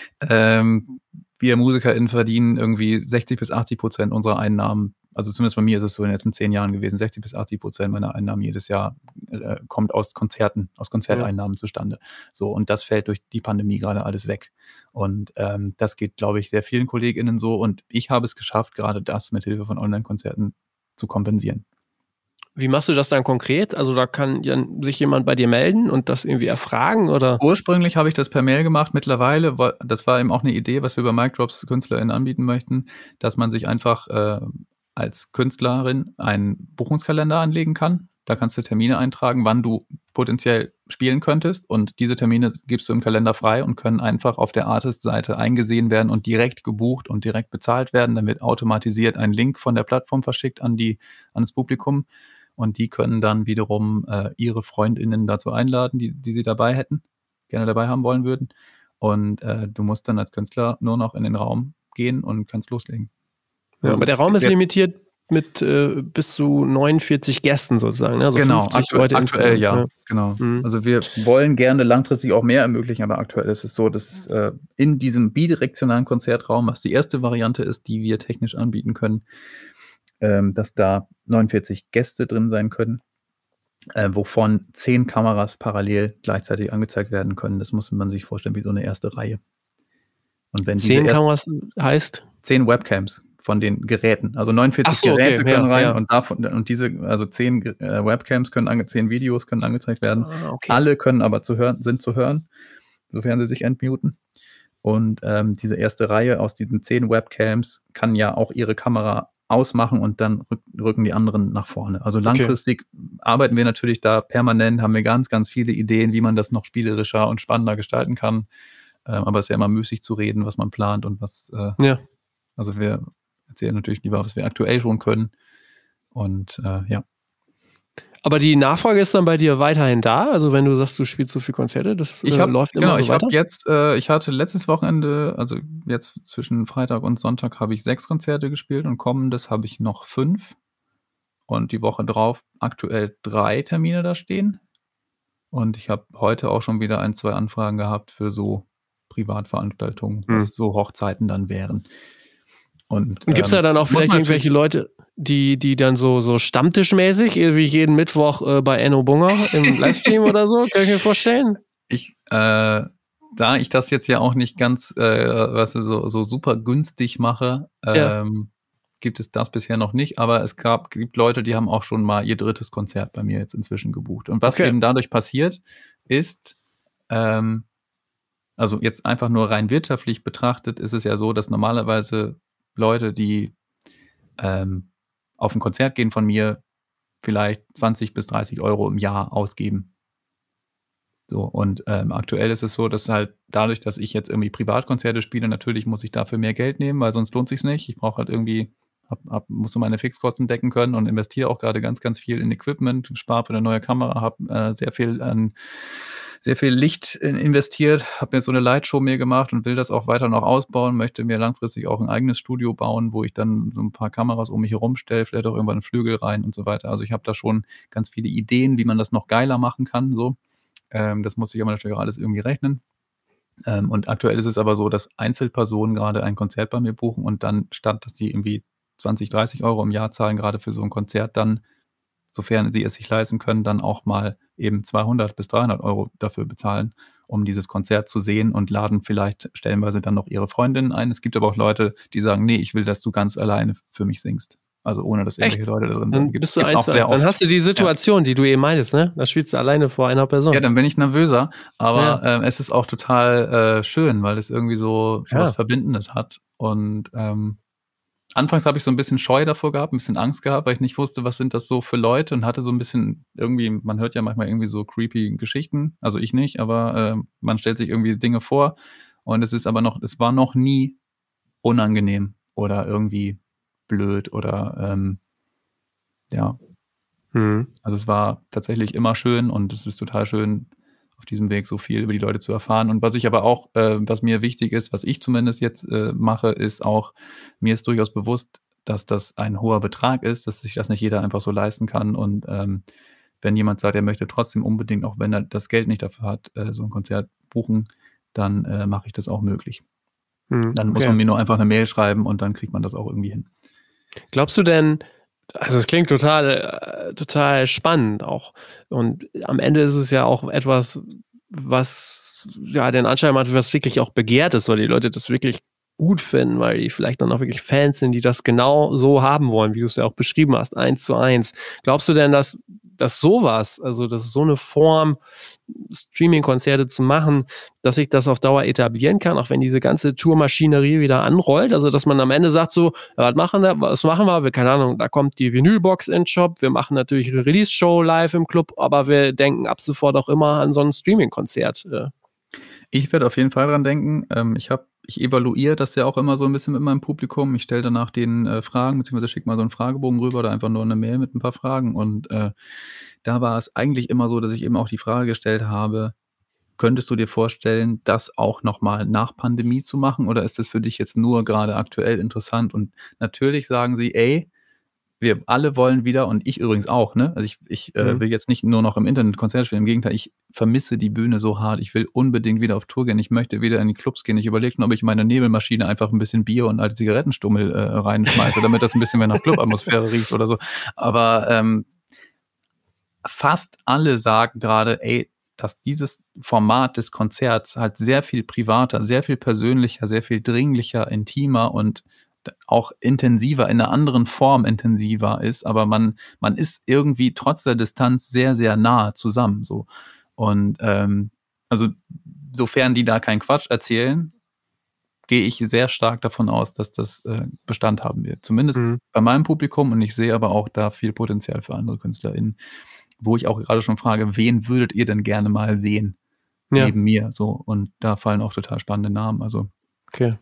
Wir MusikerInnen verdienen irgendwie 60-80% unserer Einnahmen, also zumindest bei mir ist es so in den letzten 10 Jahren gewesen, 60-80% meiner Einnahmen jedes Jahr kommt aus Konzerten, aus Konzerteinnahmen zustande. So, und das fällt durch die Pandemie gerade alles weg. Und das geht, glaube ich, sehr vielen KollegInnen so, und ich habe es geschafft, gerade das mit Hilfe von Online-Konzerten zu kompensieren. Wie machst du das dann konkret? Also da kann sich jemand bei dir melden und das irgendwie erfragen, oder? Ursprünglich habe ich das per Mail gemacht. Mittlerweile, das war eben auch eine Idee, was wir bei Mic Drops KünstlerInnen anbieten möchten, dass man sich einfach als Künstlerin einen Buchungskalender anlegen kann. Da kannst du Termine eintragen, wann du potenziell spielen könntest, und diese Termine gibst du im Kalender frei und können einfach auf der Artist-Seite eingesehen werden und direkt gebucht und direkt bezahlt werden. Dann wird automatisiert ein Link von der Plattform verschickt an das Publikum. Und die können dann wiederum ihre FreundInnen dazu einladen, die sie dabei hätten, gerne dabei haben wollen würden. und du musst dann als Künstler nur noch in den Raum gehen und kannst loslegen. Ja, Also aber der Raum ist limitiert mit bis zu 49 Gästen sozusagen, ne? Also genau, 50 Leute aktuell insgesamt. ja, genau. Mhm. Also wir wollen gerne langfristig auch mehr ermöglichen, aber aktuell ist es so, dass es in diesem bidirektionalen Konzertraum, was die erste Variante ist, die wir technisch anbieten können, dass da 49 Gäste drin sein können, wovon 10 Kameras parallel gleichzeitig angezeigt werden können. Das muss man sich vorstellen wie so eine erste Reihe. Und wenn 10 Kameras heißt? 10 Webcams von den Geräten. Also 49 so, okay, Geräte können rein ja. und diese, also 10 Webcams können 10 Videos können angezeigt werden. Okay. Alle können aber sind zu hören, sofern sie sich entmuten. Und diese erste Reihe aus diesen 10 Webcams kann ja auch ihre Kamera ausmachen und dann rücken die anderen nach vorne. Also langfristig arbeiten wir natürlich da permanent, haben wir ganz, ganz viele Ideen, wie man das noch spielerischer und spannender gestalten kann. Aber es ist ja immer müßig zu reden, was man plant und was. Also wir erzählen natürlich lieber, was wir aktuell schon können. Und ja. Aber die Nachfrage ist dann bei dir weiterhin da? Also wenn du sagst, du spielst so viele Konzerte, das läuft immer so weiter? Ich hatte letztes Wochenende, also jetzt zwischen Freitag und Sonntag habe ich 6 Konzerte gespielt und kommendes habe ich noch 5. Und die Woche drauf aktuell 3 Termine da stehen. Und ich habe heute auch schon wieder 1, 2 Anfragen gehabt für so Privatveranstaltungen, was so Hochzeiten dann wären. Und gibt es da dann auch vielleicht irgendwelche Leute, die dann so stammtischmäßig, wie jeden Mittwoch bei Enno Bunger im Livestream oder so, kann ich mir vorstellen? Da ich das jetzt ja auch nicht ganz so super günstig mache, gibt es das bisher noch nicht, aber es gibt Leute, die haben auch schon mal ihr 3. Konzert bei mir jetzt inzwischen gebucht. Und was eben dadurch passiert, ist, also jetzt einfach nur rein wirtschaftlich betrachtet, ist es ja so, dass normalerweise Leute, die auf ein Konzert gehen von mir, vielleicht 20 bis 30 Euro im Jahr ausgeben. So, und aktuell ist es so, dass halt dadurch, dass ich jetzt irgendwie Privatkonzerte spiele, natürlich muss ich dafür mehr Geld nehmen, weil sonst lohnt sich's nicht. Ich brauche halt irgendwie, muss meine Fixkosten decken können und investiere auch gerade ganz, ganz viel in Equipment, spare für eine neue Kamera, habe sehr viel Licht investiert, habe mir so eine Lightshow mir gemacht und will das auch weiter noch ausbauen, möchte mir langfristig auch ein eigenes Studio bauen, wo ich dann so ein paar Kameras um mich herum stelle, vielleicht auch irgendwann einen Flügel rein und so weiter. Also ich habe da schon ganz viele Ideen, wie man das noch geiler machen kann, so. Das muss ich aber natürlich auch alles irgendwie rechnen. Und aktuell ist es aber so, dass Einzelpersonen gerade ein Konzert bei mir buchen und dann statt, dass sie irgendwie 20, 30 Euro im Jahr zahlen, gerade für so ein Konzert, dann, sofern sie es sich leisten können, dann auch mal eben 200 bis 300 Euro dafür bezahlen, um dieses Konzert zu sehen und laden vielleicht stellenweise dann noch ihre Freundinnen ein. Es gibt aber auch Leute, die sagen, nee, ich will, dass du ganz alleine für mich singst. Also ohne, dass irgendwelche Leute da drin sind. Dann bist du eins. Dann hast du die Situation, die du eben meintest, ne? Da spielst du alleine vor einer Person. Ja, dann bin ich nervöser. Aber es ist auch total schön, weil es irgendwie so was Verbindendes hat. Und anfangs habe ich so ein bisschen Scheu davor gehabt, ein bisschen Angst gehabt, weil ich nicht wusste, was sind das so für Leute und hatte so ein bisschen irgendwie, man hört ja manchmal irgendwie so creepy Geschichten. Also ich nicht, aber man stellt sich irgendwie Dinge vor. Und es war noch nie unangenehm oder irgendwie blöd oder Also es war tatsächlich immer schön und es ist total schön, auf diesem Weg so viel über die Leute zu erfahren. Und was ich aber auch, was mir wichtig ist, was ich zumindest jetzt mache, ist auch, mir ist durchaus bewusst, dass das ein hoher Betrag ist, dass sich das nicht jeder einfach so leisten kann. Und wenn jemand sagt, er möchte trotzdem unbedingt, auch wenn er das Geld nicht dafür hat, so ein Konzert buchen, dann mache ich das auch möglich. Dann muss man mir nur einfach eine Mail schreiben und dann kriegt man das auch irgendwie hin. Glaubst du denn, also es klingt total spannend auch, und am Ende ist es ja auch etwas, was ja den Anschein hat, was wirklich auch begehrt ist, weil die Leute das wirklich gut finden, weil die vielleicht dann auch wirklich Fans sind, die das genau so haben wollen, wie du es ja auch beschrieben hast, 1:1. Glaubst du denn, dass sowas, also dass so eine Form, Streaming-Konzerte zu machen, dass sich das auf Dauer etablieren kann, auch wenn diese ganze Tourmaschinerie wieder anrollt, also dass man am Ende sagt so, was machen wir? Keine Ahnung, da kommt die Vinylbox in den Shop, wir machen natürlich eine Release-Show live im Club, aber wir denken ab sofort auch immer an so ein Streaming-Konzert. Ich werde auf jeden Fall dran denken. Ich evaluiere das ja auch immer so ein bisschen mit meinem Publikum. Ich stelle danach denen Fragen, beziehungsweise schicke mal so einen Fragebogen rüber oder einfach nur eine Mail mit ein paar Fragen. Und da war es eigentlich immer so, dass ich eben auch die Frage gestellt habe, könntest du dir vorstellen, das auch nochmal nach Pandemie zu machen? Oder ist das für dich jetzt nur gerade aktuell interessant? Und natürlich sagen sie, ey, wir alle wollen wieder und ich übrigens auch, ne? Also ich will jetzt nicht nur noch im Internet Konzerte spielen, im Gegenteil, ich vermisse die Bühne so hart. Ich will unbedingt wieder auf Tour gehen. Ich möchte wieder in die Clubs gehen. Ich überlege nur, ob ich in meine Nebelmaschine einfach ein bisschen Bier und alte Zigarettenstummel reinschmeiße, damit das ein bisschen mehr nach Clubatmosphäre riecht oder so. Aber fast alle sagen gerade, ey, dass dieses Format des Konzerts halt sehr viel privater, sehr viel persönlicher, sehr viel dringlicher, intimer und auch intensiver, in einer anderen Form intensiver ist, aber man ist irgendwie trotz der Distanz sehr, sehr nah zusammen. So. Und also sofern die da keinen Quatsch erzählen, gehe ich sehr stark davon aus, dass das Bestand haben wird. Zumindest bei meinem Publikum, und ich sehe aber auch da viel Potenzial für andere KünstlerInnen, wo ich auch gerade schon frage, wen würdet ihr denn gerne mal sehen neben mir? So, und da fallen auch total spannende Namen. Also okay.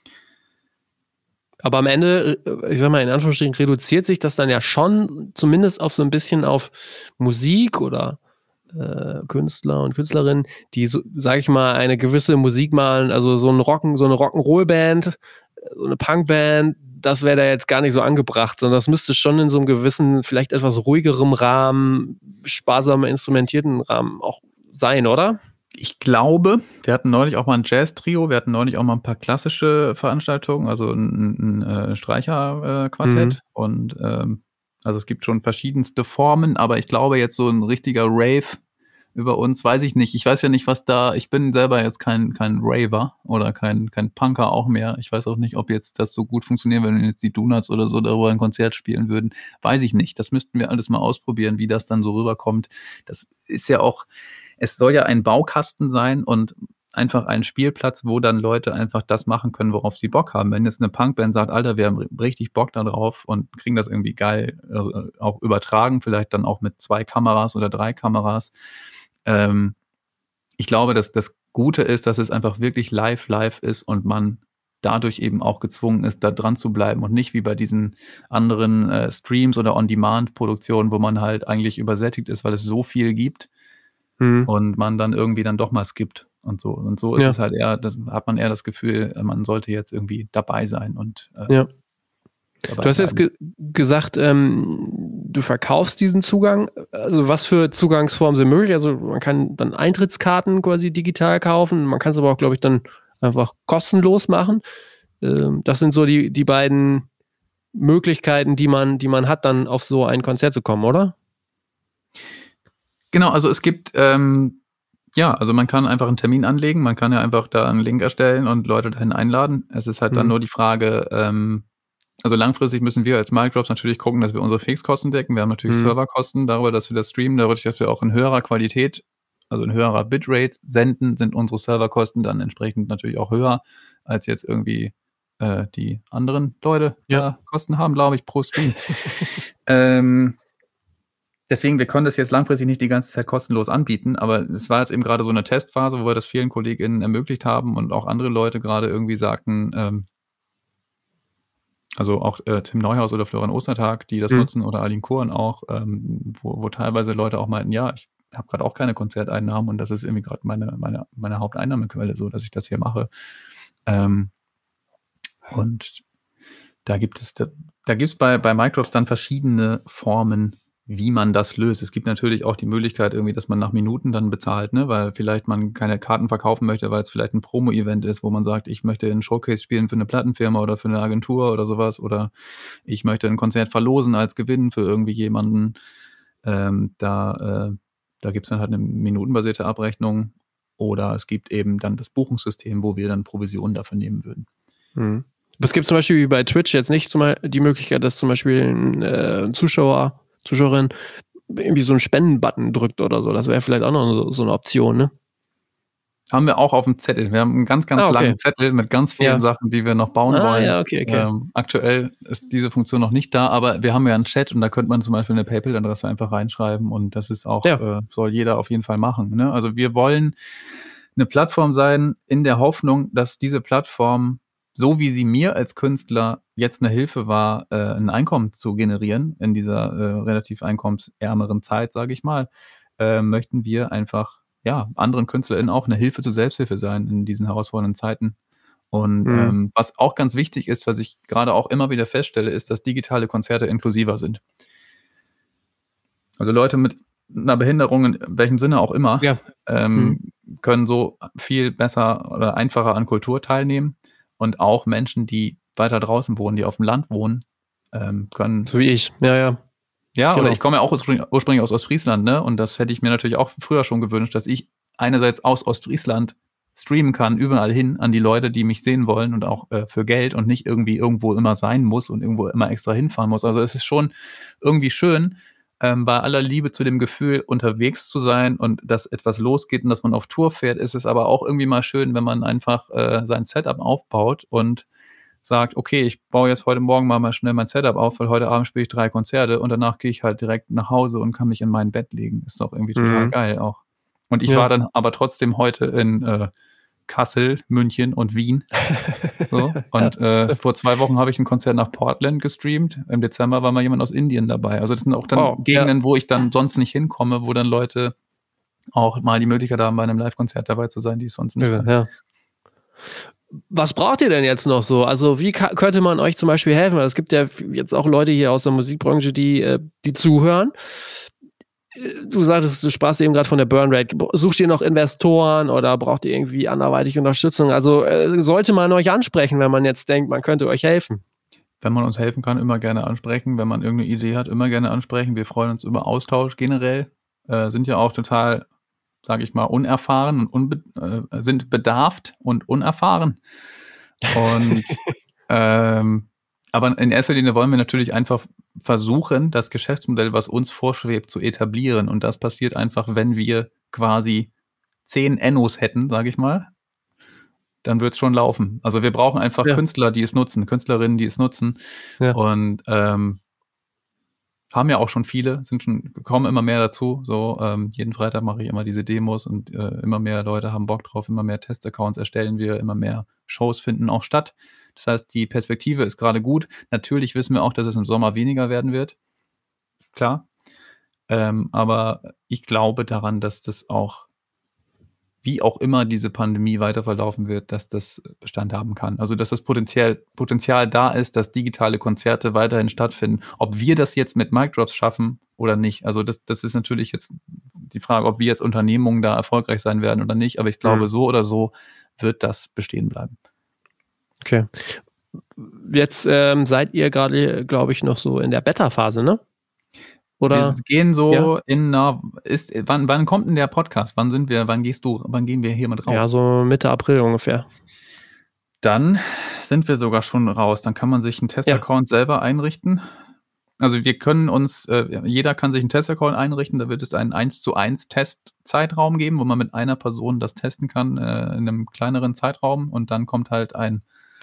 Aber am Ende, ich sag mal in Anführungsstrichen, reduziert sich das dann ja schon zumindest auf so ein bisschen auf Musik oder Künstler und Künstlerinnen, die, so, sag ich mal, eine gewisse Musik malen, also so eine Rock'n'Roll-Band, so eine Punkband, das wäre da jetzt gar nicht so angebracht, sondern das müsste schon in so einem gewissen, vielleicht etwas ruhigerem Rahmen, sparsamer instrumentierten Rahmen auch sein, oder? Ich glaube, wir hatten neulich auch mal ein Jazz-Trio, wir hatten neulich auch mal ein paar klassische Veranstaltungen, also ein Streicherquartett und also es gibt schon verschiedenste Formen, aber ich glaube jetzt so ein richtiger Rave über uns, weiß ich nicht. Ich weiß ja nicht, was da, ich bin selber jetzt kein Raver oder kein Punker auch mehr. Ich weiß auch nicht, ob jetzt das so gut funktioniert, wenn jetzt die Donuts oder so darüber ein Konzert spielen würden. Weiß ich nicht. Das müssten wir alles mal ausprobieren, wie das dann so rüberkommt. Das ist ja auch, es soll ja ein Baukasten sein und einfach ein Spielplatz, wo dann Leute einfach das machen können, worauf sie Bock haben. Wenn jetzt eine Punkband sagt, Alter, wir haben richtig Bock da drauf und kriegen das irgendwie geil auch übertragen, vielleicht dann auch mit 2 Kameras oder 3 Kameras. Ich glaube, dass das Gute ist, dass es einfach wirklich live ist und man dadurch eben auch gezwungen ist, da dran zu bleiben und nicht wie bei diesen anderen Streams oder On-Demand-Produktionen, wo man halt eigentlich übersättigt ist, weil es so viel gibt und man dann irgendwie dann doch mal skippt und so. Und so ist es halt eher, da hat man eher das Gefühl, man sollte jetzt irgendwie dabei sein und Du hast jetzt gesagt, du verkaufst diesen Zugang. Also was für Zugangsformen sind möglich? Also man kann dann Eintrittskarten quasi digital kaufen. Man kann es aber auch, glaube ich, dann einfach kostenlos machen. Das sind so die beiden Möglichkeiten, die man hat, dann auf so ein Konzert zu kommen, oder? Genau, also es gibt, also man kann einfach einen Termin anlegen. Man kann ja einfach da einen Link erstellen und Leute dahin einladen. Es ist halt dann nur die Frage, also langfristig müssen wir als Mic Drops natürlich gucken, dass wir unsere Fixkosten decken. Wir haben natürlich Serverkosten darüber, dass wir das streamen, dadurch, dass wir auch in höherer Qualität, also in höherer Bitrate senden, sind unsere Serverkosten dann entsprechend natürlich auch höher, als jetzt irgendwie die anderen Leute da Kosten haben, glaube ich, pro Stream. Deswegen, wir können das jetzt langfristig nicht die ganze Zeit kostenlos anbieten, aber es war jetzt eben gerade so eine Testphase, wo wir das vielen KollegInnen ermöglicht haben und auch andere Leute gerade irgendwie sagten, also auch Tim Neuhaus oder Florian Ostertag, die das nutzen, oder Aline Koren auch, wo teilweise Leute auch meinten, ja, ich habe gerade auch keine Konzerteinnahmen und das ist irgendwie gerade meine Haupteinnahmequelle, so dass ich das hier mache. Und da gibt es bei Mic Drops dann verschiedene Formen, wie man das löst. Es gibt natürlich auch die Möglichkeit irgendwie, dass man nach Minuten dann bezahlt, ne, weil vielleicht man keine Karten verkaufen möchte, weil es vielleicht ein Promo-Event ist, wo man sagt, ich möchte einen Showcase spielen für eine Plattenfirma oder für eine Agentur oder sowas, oder ich möchte ein Konzert verlosen als Gewinn für irgendwie jemanden. Da gibt es dann halt eine minutenbasierte Abrechnung, oder es gibt eben dann das Buchungssystem, wo wir dann Provisionen dafür nehmen würden. Aber es gibt zum Beispiel wie bei Twitch jetzt nicht die Möglichkeit, dass zum Beispiel ein Zuschauerin irgendwie so einen Spendenbutton drückt oder so. Das wäre vielleicht auch noch so eine Option, ne? Haben wir auch auf dem Zettel. Wir haben einen ganz langen Zettel mit ganz vielen Sachen, die wir noch bauen wollen. Ja, okay. Aktuell ist diese Funktion noch nicht da, aber wir haben ja einen Chat und da könnte man zum Beispiel eine PayPal-Adresse einfach reinschreiben und das ist auch, soll jeder auf jeden Fall machen. Ne? Also wir wollen eine Plattform sein in der Hoffnung, dass diese Plattform, so wie sie mir als Künstler jetzt eine Hilfe war, ein Einkommen zu generieren in dieser relativ einkommensärmeren Zeit, sage ich mal, möchten wir einfach anderen KünstlerInnen auch eine Hilfe zur Selbsthilfe sein in diesen herausfordernden Zeiten. Und was auch ganz wichtig ist, was ich gerade auch immer wieder feststelle, ist, dass digitale Konzerte inklusiver sind. Also Leute mit einer Behinderung, in welchem Sinne auch immer, können so viel besser oder einfacher an Kultur teilnehmen. Und auch Menschen, die weiter draußen wohnen, die auf dem Land wohnen, können. So wie ich, ja. Ja, Genau. oder ich komme ja auch ursprünglich aus Ostfriesland, ne? Und das hätte ich mir natürlich auch früher schon gewünscht, dass ich einerseits aus Ostfriesland streamen kann, überall hin an die Leute, die mich sehen wollen und auch für Geld und nicht irgendwie irgendwo immer sein muss und irgendwo immer extra hinfahren muss. Also es ist schon irgendwie schön, bei aller Liebe zu dem Gefühl, unterwegs zu sein und dass etwas losgeht und dass man auf Tour fährt, ist es aber auch irgendwie mal schön, wenn man einfach sein Setup aufbaut und sagt, okay, ich baue jetzt heute Morgen mal schnell mein Setup auf, weil heute Abend spiele ich 3 Konzerte und danach gehe ich halt direkt nach Hause und kann mich in mein Bett legen. Ist doch irgendwie total geil auch. Und ich war dann aber trotzdem heute in Kassel, München und Wien. So. Und vor 2 Wochen habe ich ein Konzert nach Portland gestreamt. Im Dezember war mal jemand aus Indien dabei. Also das sind auch dann Gegenden, wo ich dann sonst nicht hinkomme, wo dann Leute auch mal die Möglichkeit haben, bei einem Live-Konzert dabei zu sein, die es sonst nicht haben. Ja. Was braucht ihr denn jetzt noch so? Also wie könnte man euch zum Beispiel helfen? Es gibt ja jetzt auch Leute hier aus der Musikbranche, die zuhören. Du sagtest, du sprachst eben gerade von der Burnrate. Sucht ihr noch Investoren oder braucht ihr irgendwie anderweitig Unterstützung? Also sollte man euch ansprechen, wenn man jetzt denkt, man könnte euch helfen? Wenn man uns helfen kann, immer gerne ansprechen. Wenn man irgendeine Idee hat, immer gerne ansprechen. Wir freuen uns über Austausch generell. Sind ja auch total, sage ich mal, unerfahren und sind bedarft und unerfahren. Und aber in erster Linie wollen wir natürlich einfach versuchen, das Geschäftsmodell, was uns vorschwebt, zu etablieren. Und das passiert einfach, wenn wir quasi 10 Ennos hätten, sage ich mal, dann wird es schon laufen. Also wir brauchen einfach Künstler, die es nutzen, Künstlerinnen, die es nutzen. Ja. Und haben ja auch schon viele, kommen immer mehr dazu. So jeden Freitag mache ich immer diese Demos und immer mehr Leute haben Bock drauf, immer mehr Testaccounts erstellen wir, immer mehr Shows finden auch statt. Das heißt, die Perspektive ist gerade gut. Natürlich wissen wir auch, dass es im Sommer weniger werden wird. Ist klar. Aber ich glaube daran, dass das auch, wie auch immer diese Pandemie weiter verlaufen wird, dass das Bestand haben kann. Also, dass das Potenzial da ist, dass digitale Konzerte weiterhin stattfinden. Ob wir das jetzt mit Mic Drops schaffen oder nicht. Also, das ist natürlich jetzt die Frage, ob wir als Unternehmung da erfolgreich sein werden oder nicht. Aber ich glaube, so oder so wird das bestehen bleiben. Okay. Jetzt seid ihr gerade, glaube ich, noch so in der Beta-Phase, ne? Oder? Wir gehen so wann kommt denn der Podcast? Wann gehen wir hier mit raus? Ja, so Mitte April ungefähr. Dann sind wir sogar schon raus. Dann kann man sich einen Testaccount selber einrichten. Also wir können jeder kann sich einen Testaccount einrichten. Da wird es einen 1:1 Testzeitraum geben, wo man mit einer Person das testen kann in einem kleineren Zeitraum. Und dann kommt halt ein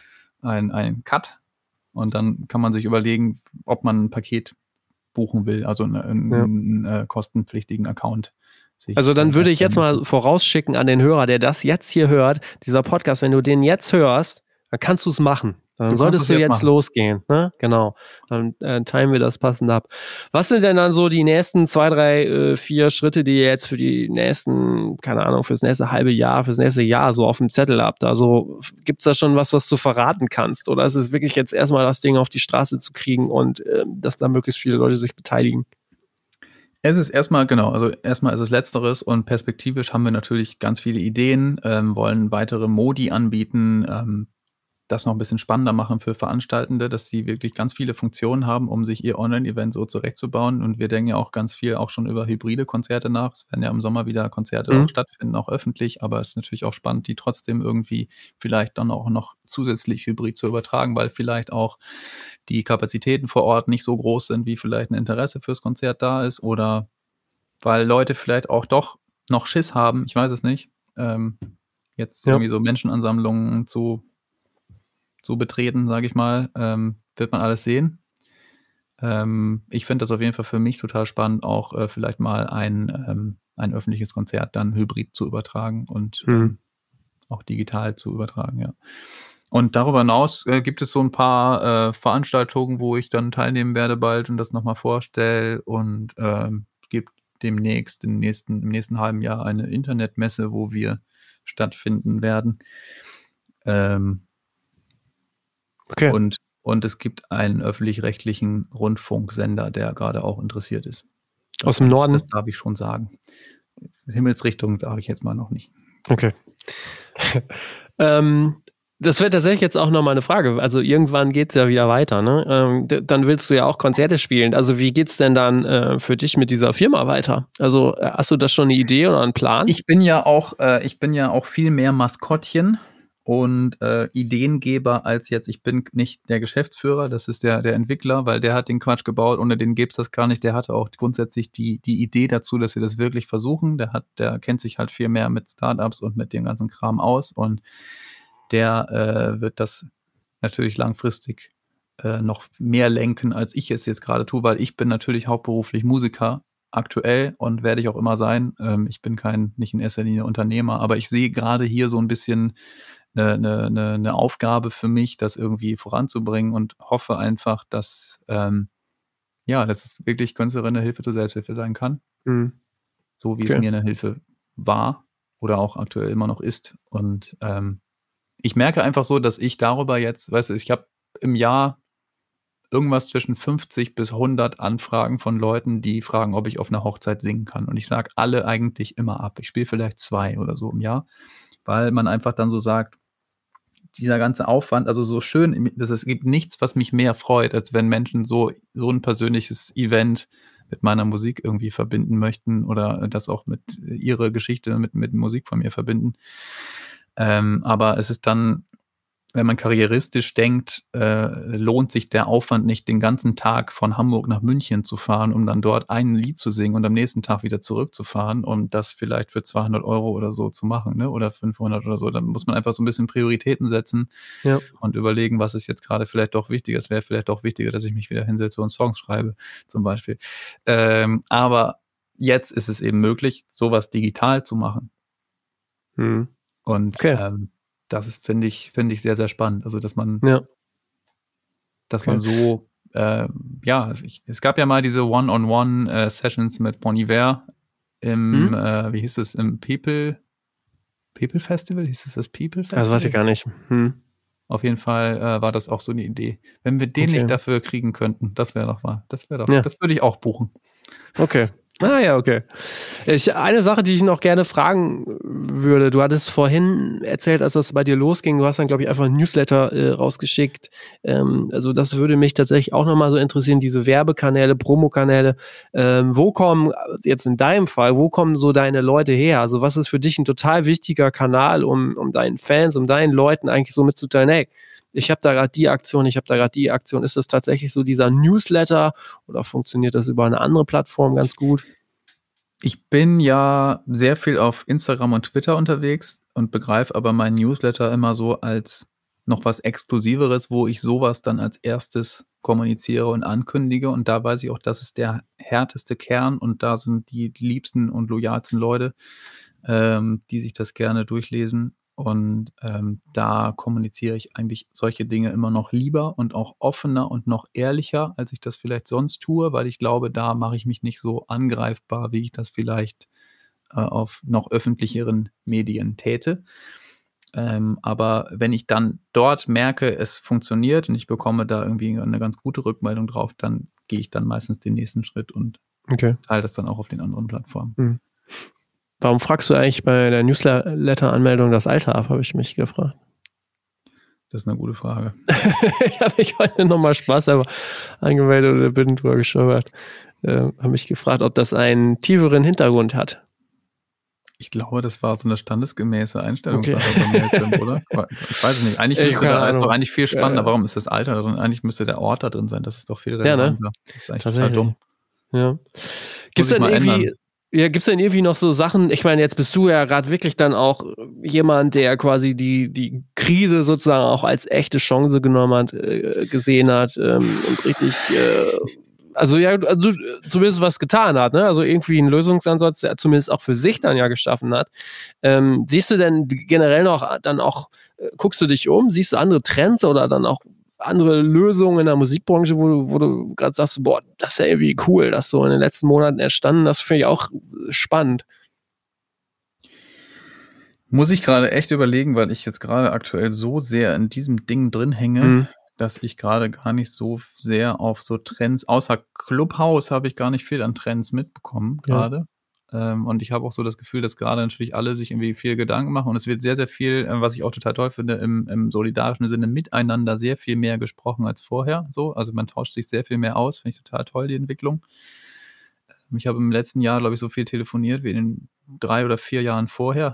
Cut. Und dann kann man sich überlegen, ob man ein Paket buchen will, also einen kostenpflichtigen Account. Also dann würde ich jetzt mal vorausschicken an den Hörer, der das jetzt hier hört, dieser Podcast, wenn du den jetzt hörst, dann kannst du es machen. Dann solltest du jetzt losgehen. Ne? Genau. Dann teilen wir das passend ab. Was sind denn dann so die nächsten 2, 3, 4 Schritte, die ihr jetzt für die nächsten, keine Ahnung, fürs nächste halbe Jahr, fürs nächste Jahr so auf dem Zettel habt? Also gibt es da schon was du verraten kannst? Oder ist es wirklich jetzt erstmal das Ding auf die Straße zu kriegen und dass da möglichst viele Leute sich beteiligen? Es ist erstmal ist es Letzteres und perspektivisch haben wir natürlich ganz viele Ideen, wollen weitere Modi anbieten, das noch ein bisschen spannender machen für Veranstaltende, dass sie wirklich ganz viele Funktionen haben, um sich ihr Online-Event so zurechtzubauen. Und wir denken ja auch ganz viel auch schon über hybride Konzerte nach. Es werden ja im Sommer wieder Konzerte auch stattfinden, auch öffentlich, aber es ist natürlich auch spannend, die trotzdem irgendwie vielleicht dann auch noch zusätzlich hybrid zu übertragen, weil vielleicht auch die Kapazitäten vor Ort nicht so groß sind, wie vielleicht ein Interesse fürs Konzert da ist oder weil Leute vielleicht auch doch noch Schiss haben, ich weiß es nicht, jetzt irgendwie so Menschenansammlungen zu betreten, sage ich mal, wird man alles sehen. Ich finde das auf jeden Fall für mich total spannend, auch vielleicht mal ein öffentliches Konzert dann hybrid zu übertragen und auch digital zu übertragen, ja. Und darüber hinaus gibt es so ein paar Veranstaltungen, wo ich dann teilnehmen werde bald und das nochmal vorstelle und gibt demnächst, im nächsten halben Jahr eine Internetmesse, wo wir stattfinden werden. Okay. Und es gibt einen öffentlich-rechtlichen Rundfunksender, der gerade auch interessiert ist. Aus dem Norden? Das darf ich schon sagen. Himmelsrichtung sage ich jetzt mal noch nicht. Okay. Das wäre tatsächlich jetzt auch nochmal eine Frage. Also irgendwann geht es ja wieder weiter, ne? Dann willst du ja auch Konzerte spielen. Also wie geht's denn dann für dich mit dieser Firma weiter? Also hast du das schon eine Idee oder einen Plan? Ich bin ja auch viel mehr Maskottchen und Ideengeber als jetzt. Ich bin nicht der Geschäftsführer, das ist der Entwickler, weil der hat den Quatsch gebaut, ohne den gäbe es das gar nicht. Der hatte auch grundsätzlich die Idee dazu, dass wir das wirklich versuchen. Der kennt sich halt viel mehr mit Startups und mit dem ganzen Kram aus und der wird das natürlich langfristig noch mehr lenken, als ich es jetzt gerade tue, weil ich bin natürlich hauptberuflich Musiker aktuell und werde ich auch immer sein. Ich bin nicht in erster Linie Unternehmer, aber ich sehe gerade hier so ein bisschen eine Aufgabe für mich, das irgendwie voranzubringen und hoffe einfach, dass es wirklich Künstlerin eine Hilfe zur Selbsthilfe sein kann. Mhm. So wie es mir eine Hilfe war oder auch aktuell immer noch ist. Und ich merke einfach so, dass ich darüber jetzt, weißt du, ich habe im Jahr irgendwas zwischen 50 bis 100 Anfragen von Leuten, die fragen, ob ich auf einer Hochzeit singen kann. Und ich sage alle eigentlich immer ab. Ich spiele vielleicht 2 oder so im Jahr, weil man einfach dann so sagt, dieser ganze Aufwand, also so schön, es gibt nichts, was mich mehr freut, als wenn Menschen so ein persönliches Event mit meiner Musik irgendwie verbinden möchten oder das auch mit ihrer Geschichte mit Musik von mir verbinden. Aber es ist dann, wenn man karrieristisch denkt, lohnt sich der Aufwand nicht, den ganzen Tag von Hamburg nach München zu fahren, um dann dort ein Lied zu singen und am nächsten Tag wieder zurückzufahren und das vielleicht für 200 € oder so zu machen, ne? Oder 500 oder so. Dann muss man einfach so ein bisschen Prioritäten setzen und überlegen, was ist jetzt gerade vielleicht doch wichtiger. Es wäre vielleicht doch wichtiger, dass ich mich wieder hinsetze und Songs schreibe, zum Beispiel. Aber jetzt ist es eben möglich, sowas digital zu machen. Mhm. Und das ist, finde ich sehr, sehr spannend. Also, dass man so, es gab ja mal diese One-on-One-Sessions mit Bon Iver im, wie hieß es, im People Festival? Hieß es das People Festival? Das weiß ich gar nicht. Auf jeden Fall war das auch so eine Idee. Wenn wir den nicht dafür kriegen könnten, das wäre doch mal, das würde ich auch buchen. Okay. Okay. Eine Sache, die ich noch gerne fragen würde, du hattest vorhin erzählt, als das bei dir losging, du hast dann, glaube ich, einfach ein Newsletter rausgeschickt. Also das würde mich tatsächlich auch nochmal so interessieren, diese Werbekanäle, Promokanäle. Wo kommen, jetzt in deinem Fall, wo kommen so deine Leute her? Also was ist für dich ein total wichtiger Kanal, um deinen Fans, um deinen Leuten eigentlich so mitzuteilen, hey, ich habe da gerade die Aktion, Ist das tatsächlich so dieser Newsletter oder funktioniert das über eine andere Plattform ganz gut? Ich bin ja sehr viel auf Instagram und Twitter unterwegs und begreife aber meinen Newsletter immer so als noch was Exklusiveres, wo ich sowas dann als erstes kommuniziere und ankündige. Und da weiß ich auch, das ist der härteste Kern und da sind die liebsten und loyalsten Leute, die sich das gerne durchlesen. Und da kommuniziere ich eigentlich solche Dinge immer noch lieber und auch offener und noch ehrlicher, als ich das vielleicht sonst tue, weil ich glaube, da mache ich mich nicht so angreifbar, wie ich das vielleicht auf noch öffentlicheren Medien täte. Aber wenn ich dann dort merke, es funktioniert und ich bekomme da irgendwie eine ganz gute Rückmeldung drauf, dann gehe ich dann meistens den nächsten Schritt und teile das dann auch auf den anderen Plattformen. Warum fragst du eigentlich bei der Newsletter-Anmeldung das Alter ab, habe ich mich gefragt. Das ist eine gute Frage. Ich habe mich heute nochmal Spaß aber angemeldet oder bin drüber gestolpert. Habe mich gefragt, ob das einen tieferen Hintergrund hat. Ich glaube, das war so eine standesgemäße Einstellungssache, oder? Ich weiß es nicht. Eigentlich ist doch eigentlich viel spannender. Warum ist das Alter da drin? Eigentlich müsste der Ort da drin sein. Das ist doch viel relevanter. Ne? Das ist eigentlich total dumm. Ja. Gibt es denn irgendwie noch so Sachen, ich meine, jetzt bist du ja gerade wirklich dann auch jemand, der quasi die Krise sozusagen auch als echte Chance genommen hat, gesehen hat und richtig, zumindest was getan hat, ne? Also irgendwie einen Lösungsansatz, der zumindest auch für sich dann ja geschaffen hat. Siehst du denn generell noch dann auch, guckst du dich um, siehst du andere Trends oder dann auch andere Lösungen in der Musikbranche, wo du gerade sagst, boah, das ist ja irgendwie cool, das so in den letzten Monaten entstanden, das finde ich auch spannend. Muss ich gerade echt überlegen, weil ich jetzt gerade aktuell so sehr in diesem Ding drin hänge, dass ich gerade gar nicht so sehr auf so Trends, außer Clubhouse habe ich gar nicht viel an Trends mitbekommen gerade. Und ich habe auch so das Gefühl, dass gerade natürlich alle sich irgendwie viel Gedanken machen und es wird sehr, sehr viel, was ich auch total toll finde, im solidarischen Sinne miteinander sehr viel mehr gesprochen als vorher. So, also man tauscht sich sehr viel mehr aus, finde ich total toll, die Entwicklung. Ich habe im letzten Jahr, glaube ich, so viel telefoniert wie in den 3 oder 4 Jahren vorher.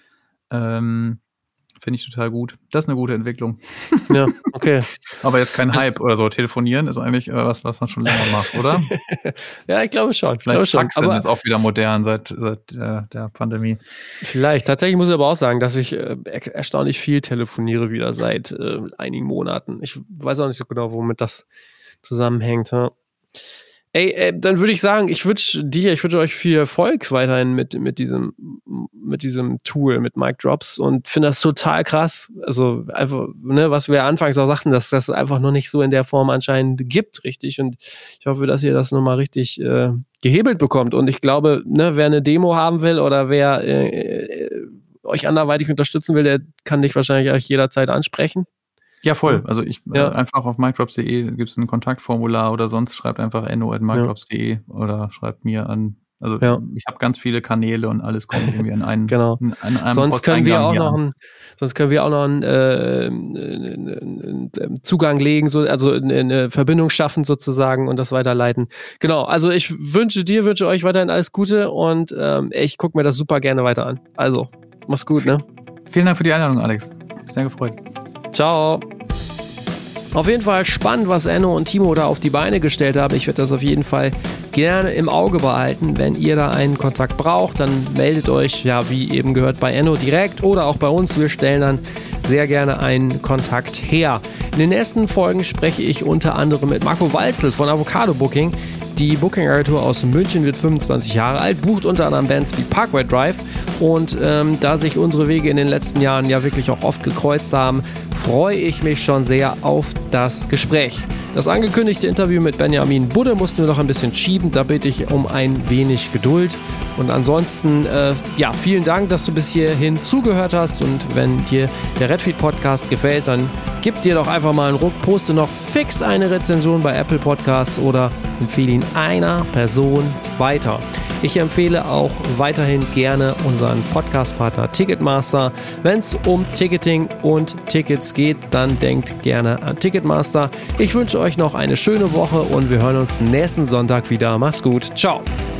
Finde ich total gut. Das ist eine gute Entwicklung. Ja, okay. Aber jetzt kein Hype oder so. Telefonieren ist eigentlich was man schon länger macht, oder? Ja, ich glaube schon. Faxen ist auch wieder modern seit der Pandemie. Vielleicht. Tatsächlich muss ich aber auch sagen, dass ich erstaunlich viel telefoniere wieder seit einigen Monaten. Ich weiß auch nicht so genau, womit das zusammenhängt. Ja. Ey, dann würde ich sagen, ich wünsche euch viel Erfolg weiterhin mit diesem Tool, mit Mic Drops und finde das total krass. Also einfach, ne, was wir anfangs auch sagten, dass das einfach noch nicht so in der Form anscheinend gibt, richtig. Und ich hoffe, dass ihr das nochmal richtig gehebelt bekommt. Und ich glaube, ne, wer eine Demo haben will oder wer euch anderweitig unterstützen will, der kann dich wahrscheinlich jederzeit ansprechen. Ja, voll. Also einfach auf micdrops.de gibt es ein Kontaktformular oder sonst schreibt einfach enno@micdrops.de oder schreibt mir an. Also ich habe ganz viele Kanäle und alles kommt irgendwie an einen. Genau. An einem sonst können wir auch noch einen Zugang legen, also eine Verbindung schaffen sozusagen und das weiterleiten. Genau. Also ich wünsche euch weiterhin alles Gute und ich gucke mir das super gerne weiter an. Also mach's gut, ne? Vielen Dank für die Einladung, Alex. Sehr gefreut. Ciao. Auf jeden Fall spannend, was Enno und Timo da auf die Beine gestellt haben. Ich werde das auf jeden Fall gerne im Auge behalten. Wenn ihr da einen Kontakt braucht, dann meldet euch, ja, wie eben gehört, bei Enno direkt oder auch bei uns. Wir stellen dann sehr gerne einen Kontakt her. In den nächsten Folgen spreche ich unter anderem mit Marco Walzel von Avocado Booking. Die Booking-Agentur aus München wird 25 Jahre alt, bucht unter anderem Bands wie Parkway Drive. Und da sich unsere Wege in den letzten Jahren ja wirklich auch oft gekreuzt haben, freue ich mich schon sehr auf das Gespräch. Das angekündigte Interview mit Benjamin Budde mussten wir noch ein bisschen schieben, da bitte ich um ein wenig Geduld. Und ansonsten, vielen Dank, dass du bis hierhin zugehört hast. Und wenn dir der Redfeed Podcast gefällt, dann gib dir doch einfach mal einen Ruck, poste noch fix eine Rezension bei Apple Podcasts oder empfehle ihn einer Person weiter. Ich empfehle auch weiterhin gerne unseren Podcast-Partner Ticketmaster. Wenn es um Ticketing und Tickets geht, dann denkt gerne an Ticketmaster. Ich wünsche euch noch eine schöne Woche und wir hören uns nächsten Sonntag wieder. Macht's gut. Ciao.